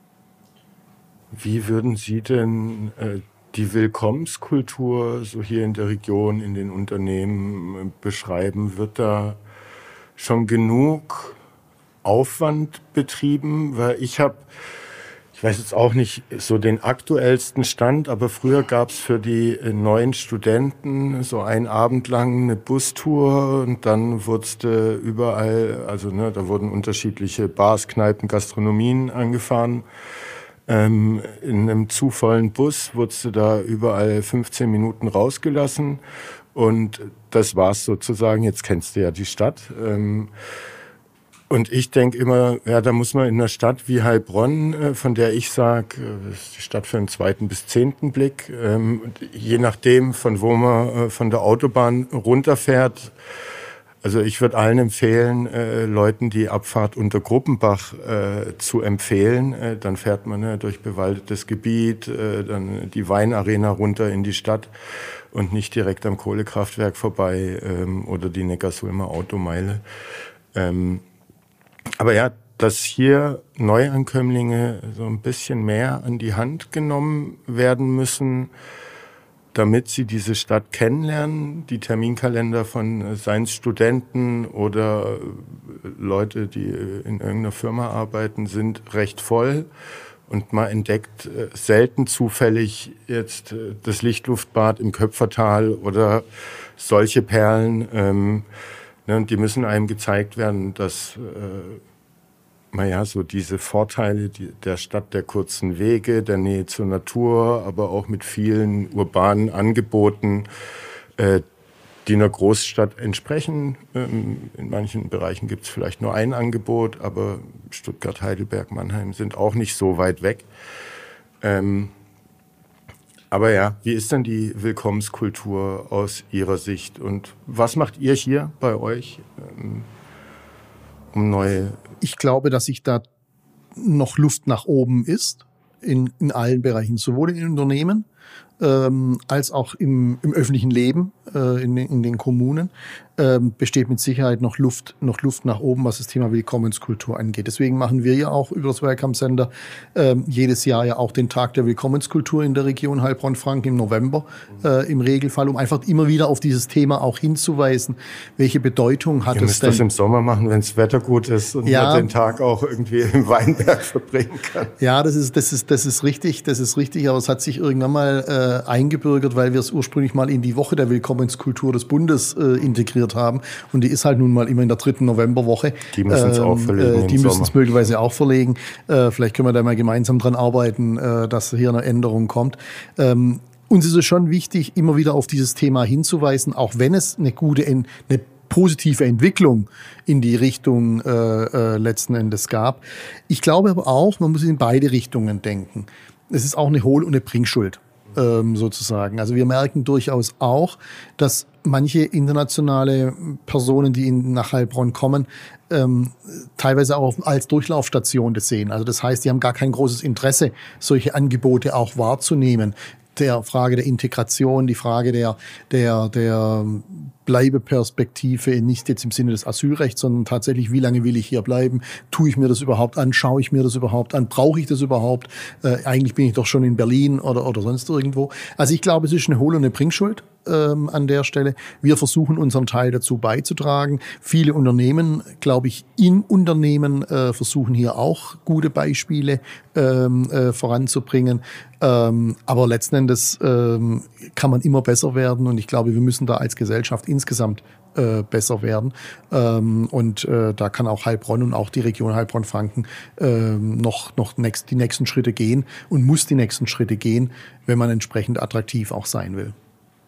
Wie würden Sie denn äh, die Willkommenskultur so hier in der Region, in den Unternehmen äh, beschreiben? Wird da schon genug Aufwand betrieben? Weil ich habe Ich weiß jetzt auch nicht so den aktuellsten Stand, aber früher gab es für die neuen Studenten so einen Abend lang eine Bustour und dann wurdest du überall, also ne, da wurden unterschiedliche Bars, Kneipen, Gastronomien angefahren. Ähm, in einem zu vollen Bus wurdest du da überall fünfzehn Minuten rausgelassen und das war's sozusagen. Jetzt kennst du ja die Stadt. Ähm, Und ich denke immer, ja, da muss man in einer Stadt wie Heilbronn, äh, von der ich sage, äh, ist die Stadt für einen zweiten bis zehnten Blick, ähm, je nachdem, von wo man äh, von der Autobahn runterfährt. Also ich würde allen empfehlen, äh, Leuten die Abfahrt unter Gruppenbach äh, zu empfehlen. Äh, dann fährt man äh, durch bewaldetes Gebiet, äh, dann die Weinarena runter in die Stadt und nicht direkt am Kohlekraftwerk vorbei ähm, oder die Neckarsulmer Automeile. Ähm, Aber ja, dass hier Neuankömmlinge so ein bisschen mehr an die Hand genommen werden müssen, damit sie diese Stadt kennenlernen. Die Terminkalender von seinen Studenten oder Leute, die in irgendeiner Firma arbeiten, sind recht voll. Und man entdeckt selten zufällig jetzt das Lichtluftbad im Köpfertal oder solche Perlen. Ähm, ne, und die müssen einem gezeigt werden, dass äh, naja, so diese Vorteile die, der Stadt der kurzen Wege, der Nähe zur Natur, aber auch mit vielen urbanen Angeboten, äh, die einer Großstadt entsprechen. Ähm, in manchen Bereichen gibt es vielleicht nur ein Angebot, aber Stuttgart, Heidelberg, Mannheim sind auch nicht so weit weg. Ähm, aber ja, wie ist denn die Willkommenskultur aus Ihrer Sicht? Und was macht ihr hier bei euch, ähm, um neue... Ich glaube, dass sich da noch Luft nach oben ist, in, in allen Bereichen, sowohl in den Unternehmen ähm, als auch im, im öffentlichen Leben, äh, in, in den Kommunen, ähm, besteht mit Sicherheit noch Luft, noch Luft nach oben, was das Thema Willkommenskultur angeht. Deswegen machen wir ja auch über das Welcome Center ähm, jedes Jahr ja auch den Tag der Willkommenskultur in der Region Heilbronn-Franken im November äh, im Regelfall, um einfach immer wieder auf dieses Thema auch hinzuweisen, welche Bedeutung hat Ihr es müsst denn. das im Sommer machen, wenn das Wetter gut ist und ja, man den Tag auch irgendwie im Weinberg verbringen kann. Ja, das ist, das ist, das ist richtig, das ist richtig, aber es hat sich irgendwann mal äh, eingebürgert, weil wir es ursprünglich mal in die Woche der Willkommenskultur des Bundes äh, integriert haben. Und die ist halt nun mal immer in der dritten Novemberwoche. Die müssen es ähm, auch verlegen. Äh, die müssen es möglicherweise auch verlegen. Äh, vielleicht können wir da mal gemeinsam dran arbeiten, äh, dass hier eine Änderung kommt. Ähm, uns ist es schon wichtig, immer wieder auf dieses Thema hinzuweisen, auch wenn es eine gute, eine positive Entwicklung in die Richtung äh, äh, letzten Endes gab. Ich glaube aber auch, man muss in beide Richtungen denken. Es ist auch eine Hohl- und eine Bringschuld. ähm, sozusagen. Also wir merken durchaus auch, dass manche internationale Personen, die in, nach Heilbronn kommen, ähm, teilweise auch als Durchlaufstation das sehen. Also das heißt, die haben gar kein großes Interesse, solche Angebote auch wahrzunehmen. Der Frage der Integration, die Frage der, der, der Bleibeperspektive, nicht jetzt im Sinne des Asylrechts, sondern tatsächlich, wie lange will ich hier bleiben? Tue ich mir das überhaupt an? Schaue ich mir das überhaupt an? Brauche ich das überhaupt? Äh, eigentlich bin ich doch schon in Berlin oder, oder sonst irgendwo. Also ich glaube, es ist eine Hohl- und eine Bringschuld ähm, an der Stelle. Wir versuchen unseren Teil dazu beizutragen. Viele Unternehmen, glaube ich, in Unternehmen äh, versuchen hier auch gute Beispiele ähm, äh, voranzubringen. Ähm, aber letzten Endes ähm, kann man immer besser werden und ich glaube, wir müssen da als Gesellschaft insgesamt äh, besser werden. Ähm, und äh, da kann auch Heilbronn und auch die Region Heilbronn-Franken äh, noch, noch next, die nächsten Schritte gehen und muss die nächsten Schritte gehen, wenn man entsprechend attraktiv auch sein will.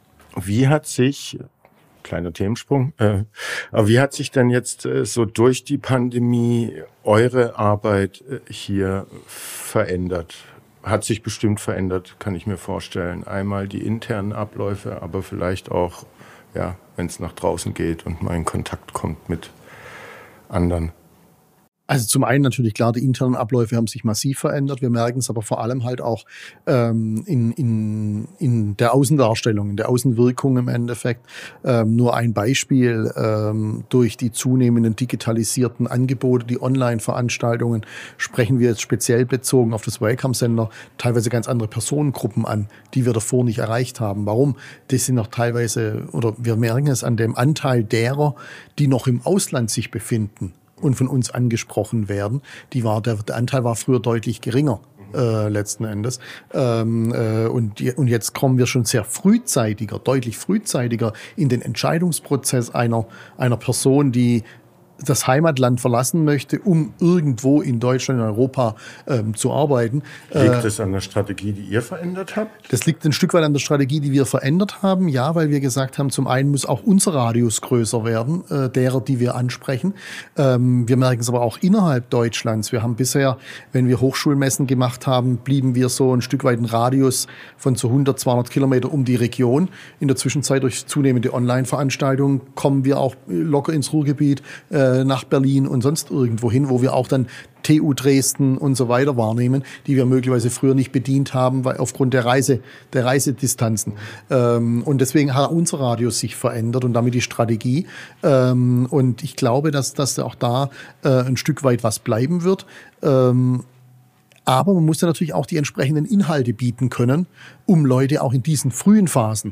Wie hat sich, kleiner Themensprung, äh, aber wie hat sich denn jetzt äh, so durch die Pandemie eure Arbeit äh, hier verändert? Hat sich bestimmt verändert, kann ich mir vorstellen. Einmal die internen Abläufe, aber vielleicht auch, ja, wenn es nach draußen geht und man in Kontakt kommt mit anderen. Also zum einen natürlich klar, die internen Abläufe haben sich massiv verändert. Wir merken es aber vor allem halt auch ähm, in, in, in der Außendarstellung, in der Außenwirkung im Endeffekt. Ähm, nur ein Beispiel, ähm, durch die zunehmenden digitalisierten Angebote, die Online-Veranstaltungen, sprechen wir jetzt speziell bezogen auf das Welcome Center teilweise ganz andere Personengruppen an, die wir davor nicht erreicht haben. Warum? Das sind noch teilweise, oder wir merken es an dem Anteil derer, die noch im Ausland sich befinden und von uns angesprochen werden. Die war, der, der Anteil war früher deutlich geringer, äh, letzten Endes. Ähm, äh, und, und jetzt kommen wir schon sehr frühzeitiger, deutlich frühzeitiger in den Entscheidungsprozess einer, einer Person, die das Heimatland verlassen möchte, um irgendwo in Deutschland, in Europa ähm, zu arbeiten. Liegt das an der Strategie, die ihr verändert habt? Das liegt ein Stück weit an der Strategie, die wir verändert haben. Ja, weil wir gesagt haben, zum einen muss auch unser Radius größer werden, äh, derer, die wir ansprechen. Ähm, wir merken es aber auch innerhalb Deutschlands. Wir haben bisher, wenn wir Hochschulmessen gemacht haben, blieben wir so ein Stück weit ein Radius von so hundert, zweihundert Kilometer um die Region. In der Zwischenzeit durch zunehmende Online-Veranstaltungen kommen wir auch locker ins Ruhrgebiet, äh, nach Berlin und sonst irgendwo hin, wo wir auch dann T U Dresden und so weiter wahrnehmen, die wir möglicherweise früher nicht bedient haben, weil aufgrund der Reise, der Reisedistanzen. Ähm, und deswegen hat unser Radius sich verändert und damit die Strategie. Ähm, und ich glaube, dass, dass auch da äh, ein Stück weit was bleiben wird. Ähm, aber man muss dann natürlich auch die entsprechenden Inhalte bieten können, um Leute auch in diesen frühen Phasen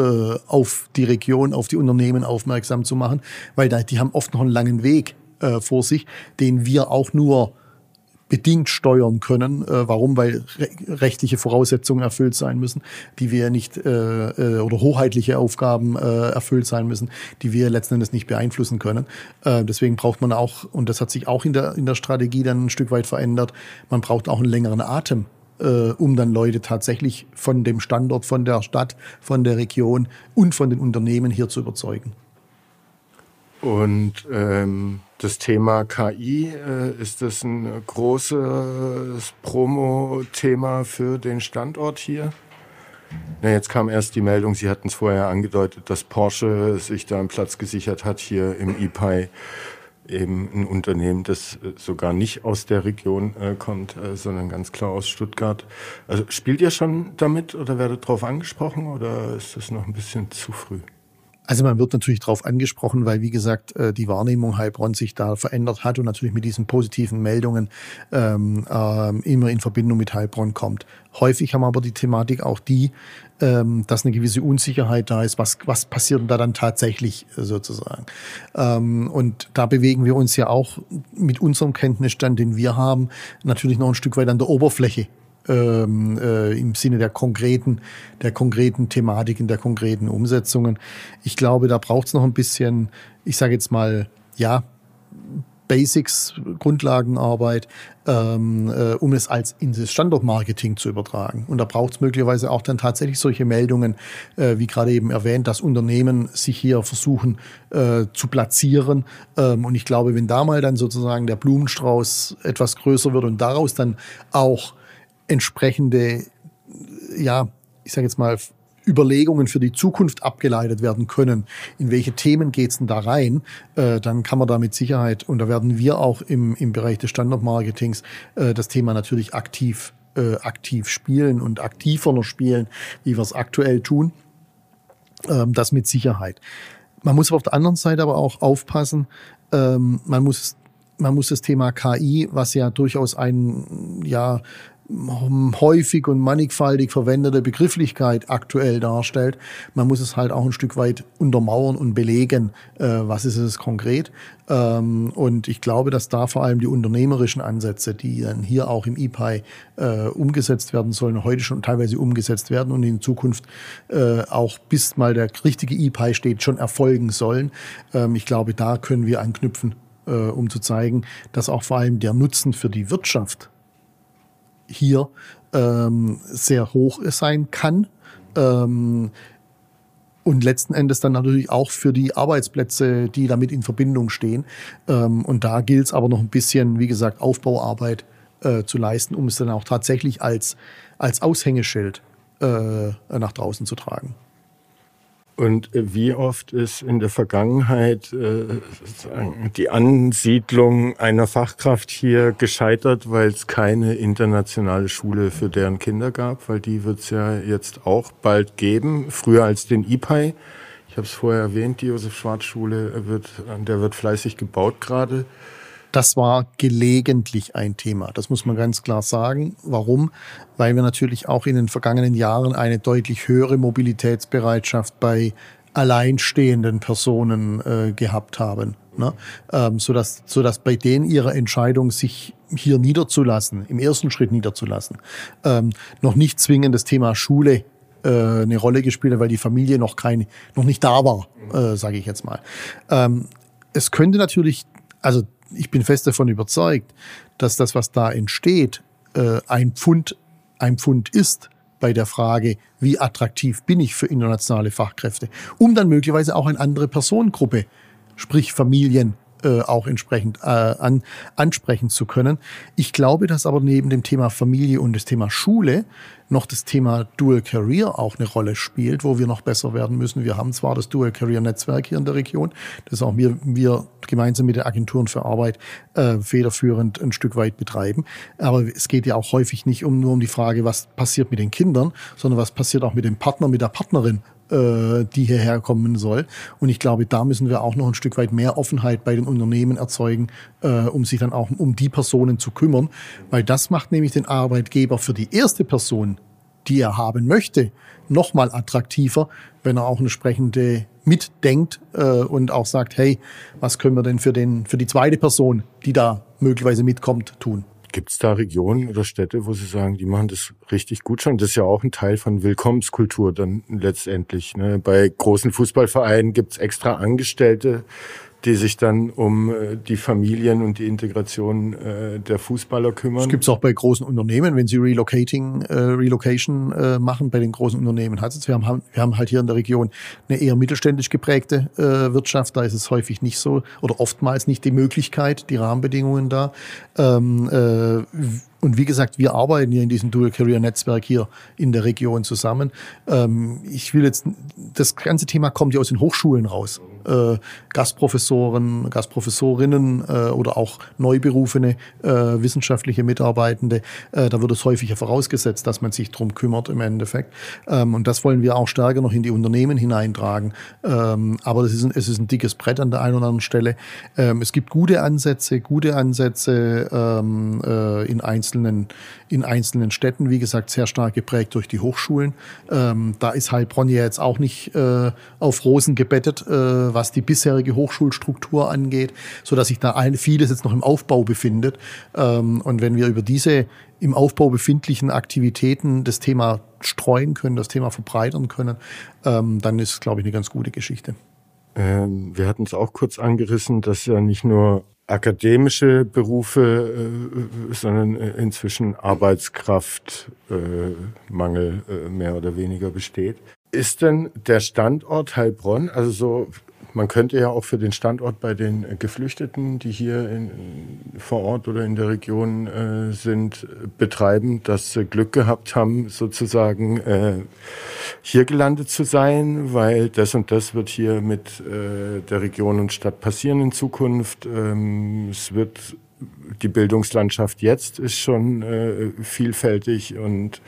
auf die Region, auf die Unternehmen aufmerksam zu machen, weil da, die haben oft noch einen langen Weg äh, vor sich, den wir auch nur bedingt steuern können. Äh, warum? Weil re- rechtliche Voraussetzungen erfüllt sein müssen, die wir nicht, äh, äh, oder hoheitliche Aufgaben äh, erfüllt sein müssen, die wir letzten Endes nicht beeinflussen können. Äh, deswegen braucht man auch, und das hat sich auch in der, in der Strategie dann ein Stück weit verändert, man braucht auch einen längeren Atem, Äh, um dann Leute tatsächlich von dem Standort, von der Stadt, von der Region und von den Unternehmen hier zu überzeugen. Und ähm, das Thema K I, äh, ist das ein großes Promo-Thema für den Standort hier? Na, jetzt kam erst die Meldung, Sie hatten es vorher angedeutet, dass Porsche sich da einen Platz gesichert hat hier im I P A I. Eben ein Unternehmen, das sogar nicht aus der Region äh, kommt, äh, sondern ganz klar aus Stuttgart. Also spielt ihr schon damit oder werdet darauf angesprochen oder ist das noch ein bisschen zu früh? Also man wird natürlich darauf angesprochen, weil, wie gesagt, die Wahrnehmung Heilbronn sich da verändert hat und natürlich mit diesen positiven Meldungen ähm, äh, immer in Verbindung mit Heilbronn kommt. Häufig haben wir aber die Thematik auch die, ähm, dass eine gewisse Unsicherheit da ist. Was, was passiert denn da dann tatsächlich sozusagen? Ähm, und da bewegen wir uns ja auch mit unserem Kenntnisstand, den wir haben, natürlich noch ein Stück weit an der Oberfläche. Ähm, äh, im Sinne der konkreten, der konkreten Thematiken, der konkreten Umsetzungen. Ich glaube, da braucht es noch ein bisschen, ich sage jetzt mal, ja, Basics, Grundlagenarbeit, ähm, äh, um es als in das Standortmarketing zu übertragen. Und da braucht es möglicherweise auch dann tatsächlich solche Meldungen, äh, wie gerade eben erwähnt, dass Unternehmen sich hier versuchen äh, zu platzieren. Ähm, und ich glaube, wenn da mal dann sozusagen der Blumenstrauß etwas größer wird und daraus dann auch entsprechende, ja, ich sage jetzt mal, Überlegungen für die Zukunft abgeleitet werden können, in welche Themen geht's denn da rein, äh, dann kann man da mit Sicherheit, und da werden wir auch im, im Bereich des Standortmarketings äh, das Thema natürlich aktiv, äh, aktiv spielen und aktiver noch spielen, wie wir es aktuell tun. Ähm, das mit Sicherheit. Man muss auf der anderen Seite aber auch aufpassen, ähm, man muss, man muss das Thema K I, was ja durchaus ein, ja, häufig und mannigfaltig verwendete Begrifflichkeit aktuell darstellt. Man muss es halt auch ein Stück weit untermauern und belegen, äh, was ist es konkret. Ähm, und ich glaube, dass da vor allem die unternehmerischen Ansätze, die dann hier auch im I P A I äh, umgesetzt werden sollen, heute schon teilweise umgesetzt werden und in Zukunft äh, auch bis mal der richtige I P A I steht, schon erfolgen sollen. Ähm, ich glaube, da können wir anknüpfen, äh, um zu zeigen, dass auch vor allem der Nutzen für die Wirtschaft hier ähm, sehr hoch sein kann ähm, und letzten Endes dann natürlich auch für die Arbeitsplätze, die damit in Verbindung stehen. Ähm, und da gilt es aber noch ein bisschen, wie gesagt, Aufbauarbeit äh, zu leisten, um es dann auch tatsächlich als, als Aushängeschild äh, nach draußen zu tragen. Und wie oft ist in der Vergangenheit äh, die Ansiedlung einer Fachkraft hier gescheitert, weil es keine internationale Schule für deren Kinder gab? Weil die wird es ja jetzt auch bald geben, früher als den I P A I. Ich habe es vorher erwähnt, die Josef-Schwarz-Schule, wird, an der wird fleißig gebaut gerade. Das war gelegentlich ein Thema. Das muss man ganz klar sagen. Warum? Weil wir natürlich auch in den vergangenen Jahren eine deutlich höhere Mobilitätsbereitschaft bei alleinstehenden Personen äh, gehabt haben. Ne? Ähm, sodass, sodass bei denen ihre Entscheidung, sich hier niederzulassen, im ersten Schritt niederzulassen, ähm, noch nicht zwingend das Thema Schule äh, eine Rolle gespielt hat, weil die Familie noch keine, noch nicht da war, äh, sage ich jetzt mal. Ähm, es könnte natürlich, also ich bin fest davon überzeugt, dass das, was da entsteht, äh, ein Pfund, ein Pfund ist bei der Frage, wie attraktiv bin ich für internationale Fachkräfte, um dann möglicherweise auch eine andere Personengruppe, sprich Familien, äh, auch entsprechend äh, an, ansprechen zu können. Ich glaube, dass aber neben dem Thema Familie und das Thema Schule noch das Thema Dual Career auch eine Rolle spielt, wo wir noch besser werden müssen. Wir haben zwar das Dual Career Netzwerk hier in der Region, das auch wir, wir gemeinsam mit den Agenturen für Arbeit äh, federführend ein Stück weit betreiben. Aber es geht ja auch häufig nicht um, nur um die Frage, was passiert mit den Kindern, sondern was passiert auch mit dem Partner, mit der Partnerin, äh, die hierher kommen soll. Und ich glaube, da müssen wir auch noch ein Stück weit mehr Offenheit bei den Unternehmen erzeugen, äh, um sich dann auch um die Personen zu kümmern. Weil das macht nämlich den Arbeitgeber für die erste Person, die er haben möchte, noch mal attraktiver, wenn er auch eine entsprechende mitdenkt äh, und auch sagt, hey, was können wir denn für den für die zweite Person, die da möglicherweise mitkommt, tun? Gibt es da Regionen oder Städte, wo Sie sagen, die machen das richtig gut schon? Das ist ja auch ein Teil von Willkommenskultur dann letztendlich. Ne? Bei großen Fußballvereinen gibt es extra Angestellte, die sich dann um äh, die Familien und die Integration äh, der Fußballer kümmern. Das gibt es auch bei großen Unternehmen, wenn sie Relocating, äh, Relocation äh, machen, bei den großen Unternehmen. Also wir haben, wir haben halt hier in der Region eine eher mittelständisch geprägte äh, Wirtschaft. Da ist es häufig nicht so oder oftmals nicht die Möglichkeit, die Rahmenbedingungen da. Ähm, äh, Und wie gesagt, wir arbeiten hier in diesem Dual Career Netzwerk hier in der Region zusammen. Ähm, ich will jetzt, das ganze Thema kommt ja aus den Hochschulen raus. Äh, Gastprofessoren, Gastprofessorinnen äh, oder auch neuberufene äh, wissenschaftliche Mitarbeitende. Äh, da wird es häufiger vorausgesetzt, dass man sich drum kümmert im Endeffekt. Ähm, und das wollen wir auch stärker noch in die Unternehmen hineintragen. Ähm, aber das ist ein, es ist ein dickes Brett an der einen oder anderen Stelle. Ähm, es gibt gute Ansätze, gute Ansätze ähm, äh, in einzelnen, in einzelnen Städten, wie gesagt, sehr stark geprägt durch die Hochschulen. Ähm, da ist Heilbronn ja jetzt auch nicht äh, auf Rosen gebettet, äh, was die bisherige Hochschulstruktur angeht, sodass sich da ein, vieles jetzt noch im Aufbau befindet. Ähm, und wenn wir über diese im Aufbau befindlichen Aktivitäten das Thema streuen können, das Thema verbreitern können, ähm, dann ist es, glaube ich, eine ganz gute Geschichte. Ähm, wir hatten es auch kurz angerissen, dass ja nicht nur akademische Berufe, äh, sondern inzwischen Arbeitskraftmangel äh, äh, mehr oder weniger besteht. Ist denn der Standort Heilbronn, also so man könnte ja auch für den Standort bei den Geflüchteten, die hier in, vor Ort oder in der Region äh, sind, betreiben, dass sie Glück gehabt haben, sozusagen äh, hier gelandet zu sein, weil das und das wird hier mit äh, der Region und Stadt passieren in Zukunft. Ähm, es wird, die Bildungslandschaft jetzt ist schon äh, vielfältig und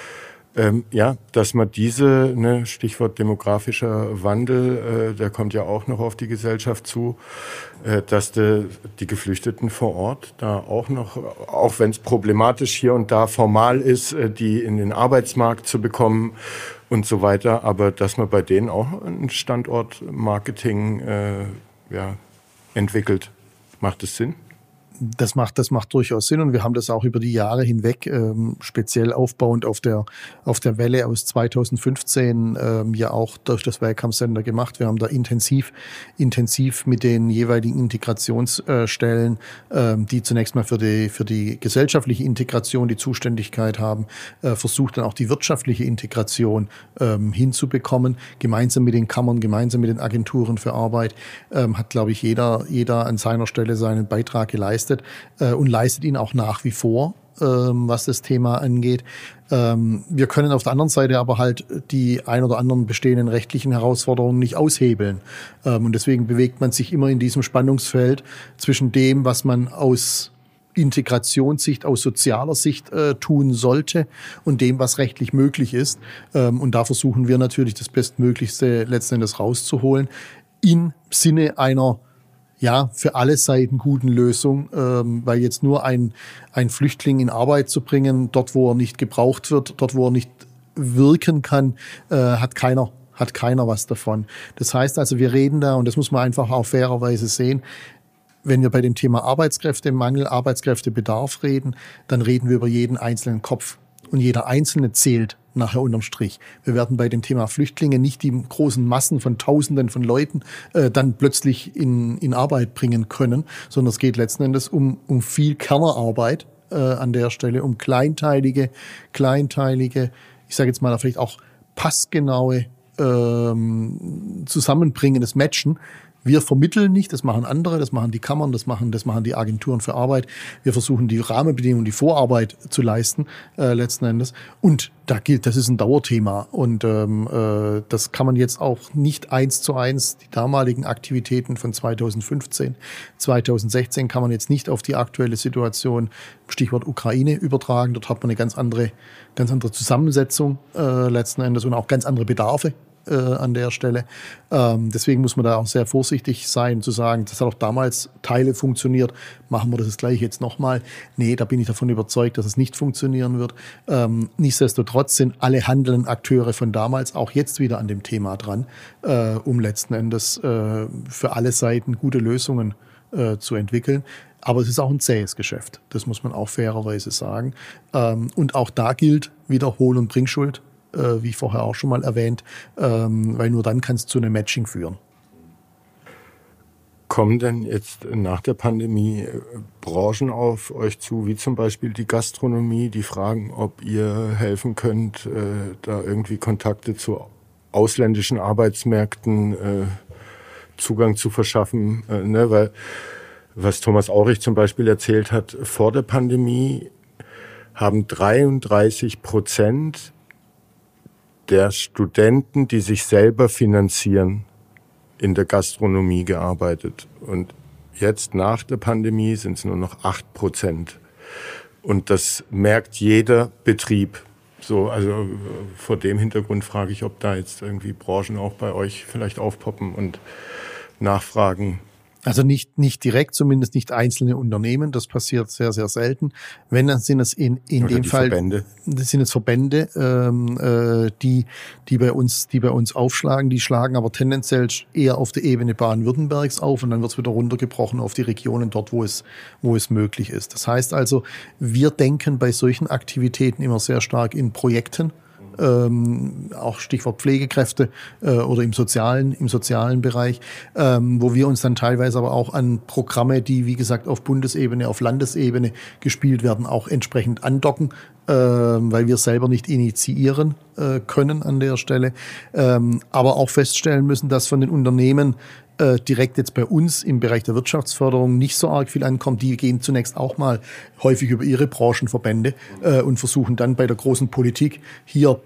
Ähm, ja, dass man diese, ne, Stichwort demografischer Wandel, äh, der kommt ja auch noch auf die Gesellschaft zu, äh, dass de, die Geflüchteten vor Ort da auch noch, auch wenn es problematisch hier und da formal ist, äh, die in den Arbeitsmarkt zu bekommen und so weiter, aber dass man bei denen auch ein Standortmarketing äh, ja, entwickelt. Macht es Sinn? Das macht, das macht durchaus Sinn und wir haben das auch über die Jahre hinweg, ähm, speziell aufbauend auf der, auf der Welle aus zweitausendfünfzehn, ähm, ja auch durch das Welcome Center gemacht. Wir haben da intensiv, intensiv mit den jeweiligen Integrationsstellen, ähm, die zunächst mal für die, für die gesellschaftliche Integration die Zuständigkeit haben, äh, versucht dann auch die wirtschaftliche Integration ähm, hinzubekommen. Gemeinsam mit den Kammern, gemeinsam mit den Agenturen für Arbeit, ähm, hat, glaube ich, jeder, jeder an seiner Stelle seinen Beitrag geleistet. Und leistet ihn auch nach wie vor, was das Thema angeht. Wir können auf der anderen Seite aber halt die ein oder anderen bestehenden rechtlichen Herausforderungen nicht aushebeln. Und deswegen bewegt man sich immer in diesem Spannungsfeld zwischen dem, was man aus Integrationssicht, aus sozialer Sicht äh, tun sollte und dem, was rechtlich möglich ist. Ähm, und da versuchen wir natürlich das Bestmöglichste letzten Endes rauszuholen im Sinne einer ja, für alle Seiten guten Lösung, ähm, weil jetzt nur ein, ein Flüchtling in Arbeit zu bringen, dort wo er nicht gebraucht wird, dort wo er nicht wirken kann, äh, hat keiner, hat keiner was davon. Das heißt also, wir reden da, und das muss man einfach auch fairerweise sehen, wenn wir bei dem Thema Arbeitskräftemangel, Arbeitskräftebedarf reden, dann reden wir über jeden einzelnen Kopf. Und jeder Einzelne zählt nachher unterm Strich. Wir werden bei dem Thema Flüchtlinge nicht die großen Massen von Tausenden von Leuten äh, dann plötzlich in, in Arbeit bringen können, sondern es geht letzten Endes um, um viel Kernerarbeit äh, an der Stelle, um kleinteilige, kleinteilige, ich sage jetzt mal vielleicht auch passgenaue ähm, Zusammenbringen, das Matchen. Wir vermitteln nicht, das machen andere, das machen die Kammern, das machen, das machen die Agenturen für Arbeit. Wir versuchen die Rahmenbedingungen, die Vorarbeit zu leisten, äh, letzten Endes. Und da gilt, das ist ein Dauerthema. Und ähm, äh, das kann man jetzt auch nicht eins zu eins, die damaligen Aktivitäten von zweitausendfünfzehn, zweitausendsechzehn kann man jetzt nicht auf die aktuelle Situation, Stichwort Ukraine, übertragen. Dort hat man eine ganz andere, ganz andere Zusammensetzung äh, letzten Endes und auch ganz andere Bedarfe an der Stelle. Ähm, deswegen muss man da auch sehr vorsichtig sein, zu sagen, das hat auch damals Teile funktioniert, machen wir das gleich jetzt nochmal. Nee, da bin ich davon überzeugt, dass es nicht funktionieren wird. Ähm, nichtsdestotrotz sind alle handelnden Akteure von damals auch jetzt wieder an dem Thema dran, äh, um letzten Endes äh, für alle Seiten gute Lösungen äh, zu entwickeln. Aber es ist auch ein zähes Geschäft. Das muss man auch fairerweise sagen. Ähm, und auch da gilt wieder Hohl- und Bringschuld, wie vorher auch schon mal erwähnt, weil nur dann kann es zu einem Matching führen. Kommen denn jetzt nach der Pandemie Branchen auf euch zu, wie zum Beispiel die Gastronomie, die fragen, ob ihr helfen könnt, da irgendwie Kontakte zu ausländischen Arbeitsmärkten Zugang zu verschaffen? Ne? Weil, was Thomas Aurich zum Beispiel erzählt hat, vor der Pandemie haben dreiunddreißig Prozent der Studenten, die sich selber finanzieren, in der Gastronomie gearbeitet. Und jetzt nach der Pandemie sind es nur noch acht Prozent. Und das merkt jeder Betrieb. So, also vor dem Hintergrund frage ich, ob da jetzt irgendwie Branchen auch bei euch vielleicht aufpoppen und nachfragen. Also nicht, nicht direkt, zumindest nicht einzelne Unternehmen. Das passiert sehr, sehr selten. Wenn, dann sind es in, in dem Fall, Verbände. Das sind es Verbände, ähm, äh, die, die bei uns, die bei uns aufschlagen. Die schlagen aber tendenziell eher auf der Ebene Baden-Württembergs auf und dann wird es wieder runtergebrochen auf die Regionen dort, wo es, wo es möglich ist. Das heißt also, wir denken bei solchen Aktivitäten immer sehr stark in Projekten. Ähm, auch Stichwort Pflegekräfte äh, oder im sozialen, im sozialen Bereich, ähm, wo wir uns dann teilweise aber auch an Programme, die wie gesagt auf Bundesebene, auf Landesebene gespielt werden, auch entsprechend andocken äh, weil wir selber nicht initiieren äh, können an der Stelle, ähm, aber auch feststellen müssen, dass von den Unternehmen äh, direkt jetzt bei uns im Bereich der Wirtschaftsförderung nicht so arg viel ankommt. Die gehen zunächst auch mal häufig über ihre Branchenverbände äh, und versuchen dann bei der großen Politik hier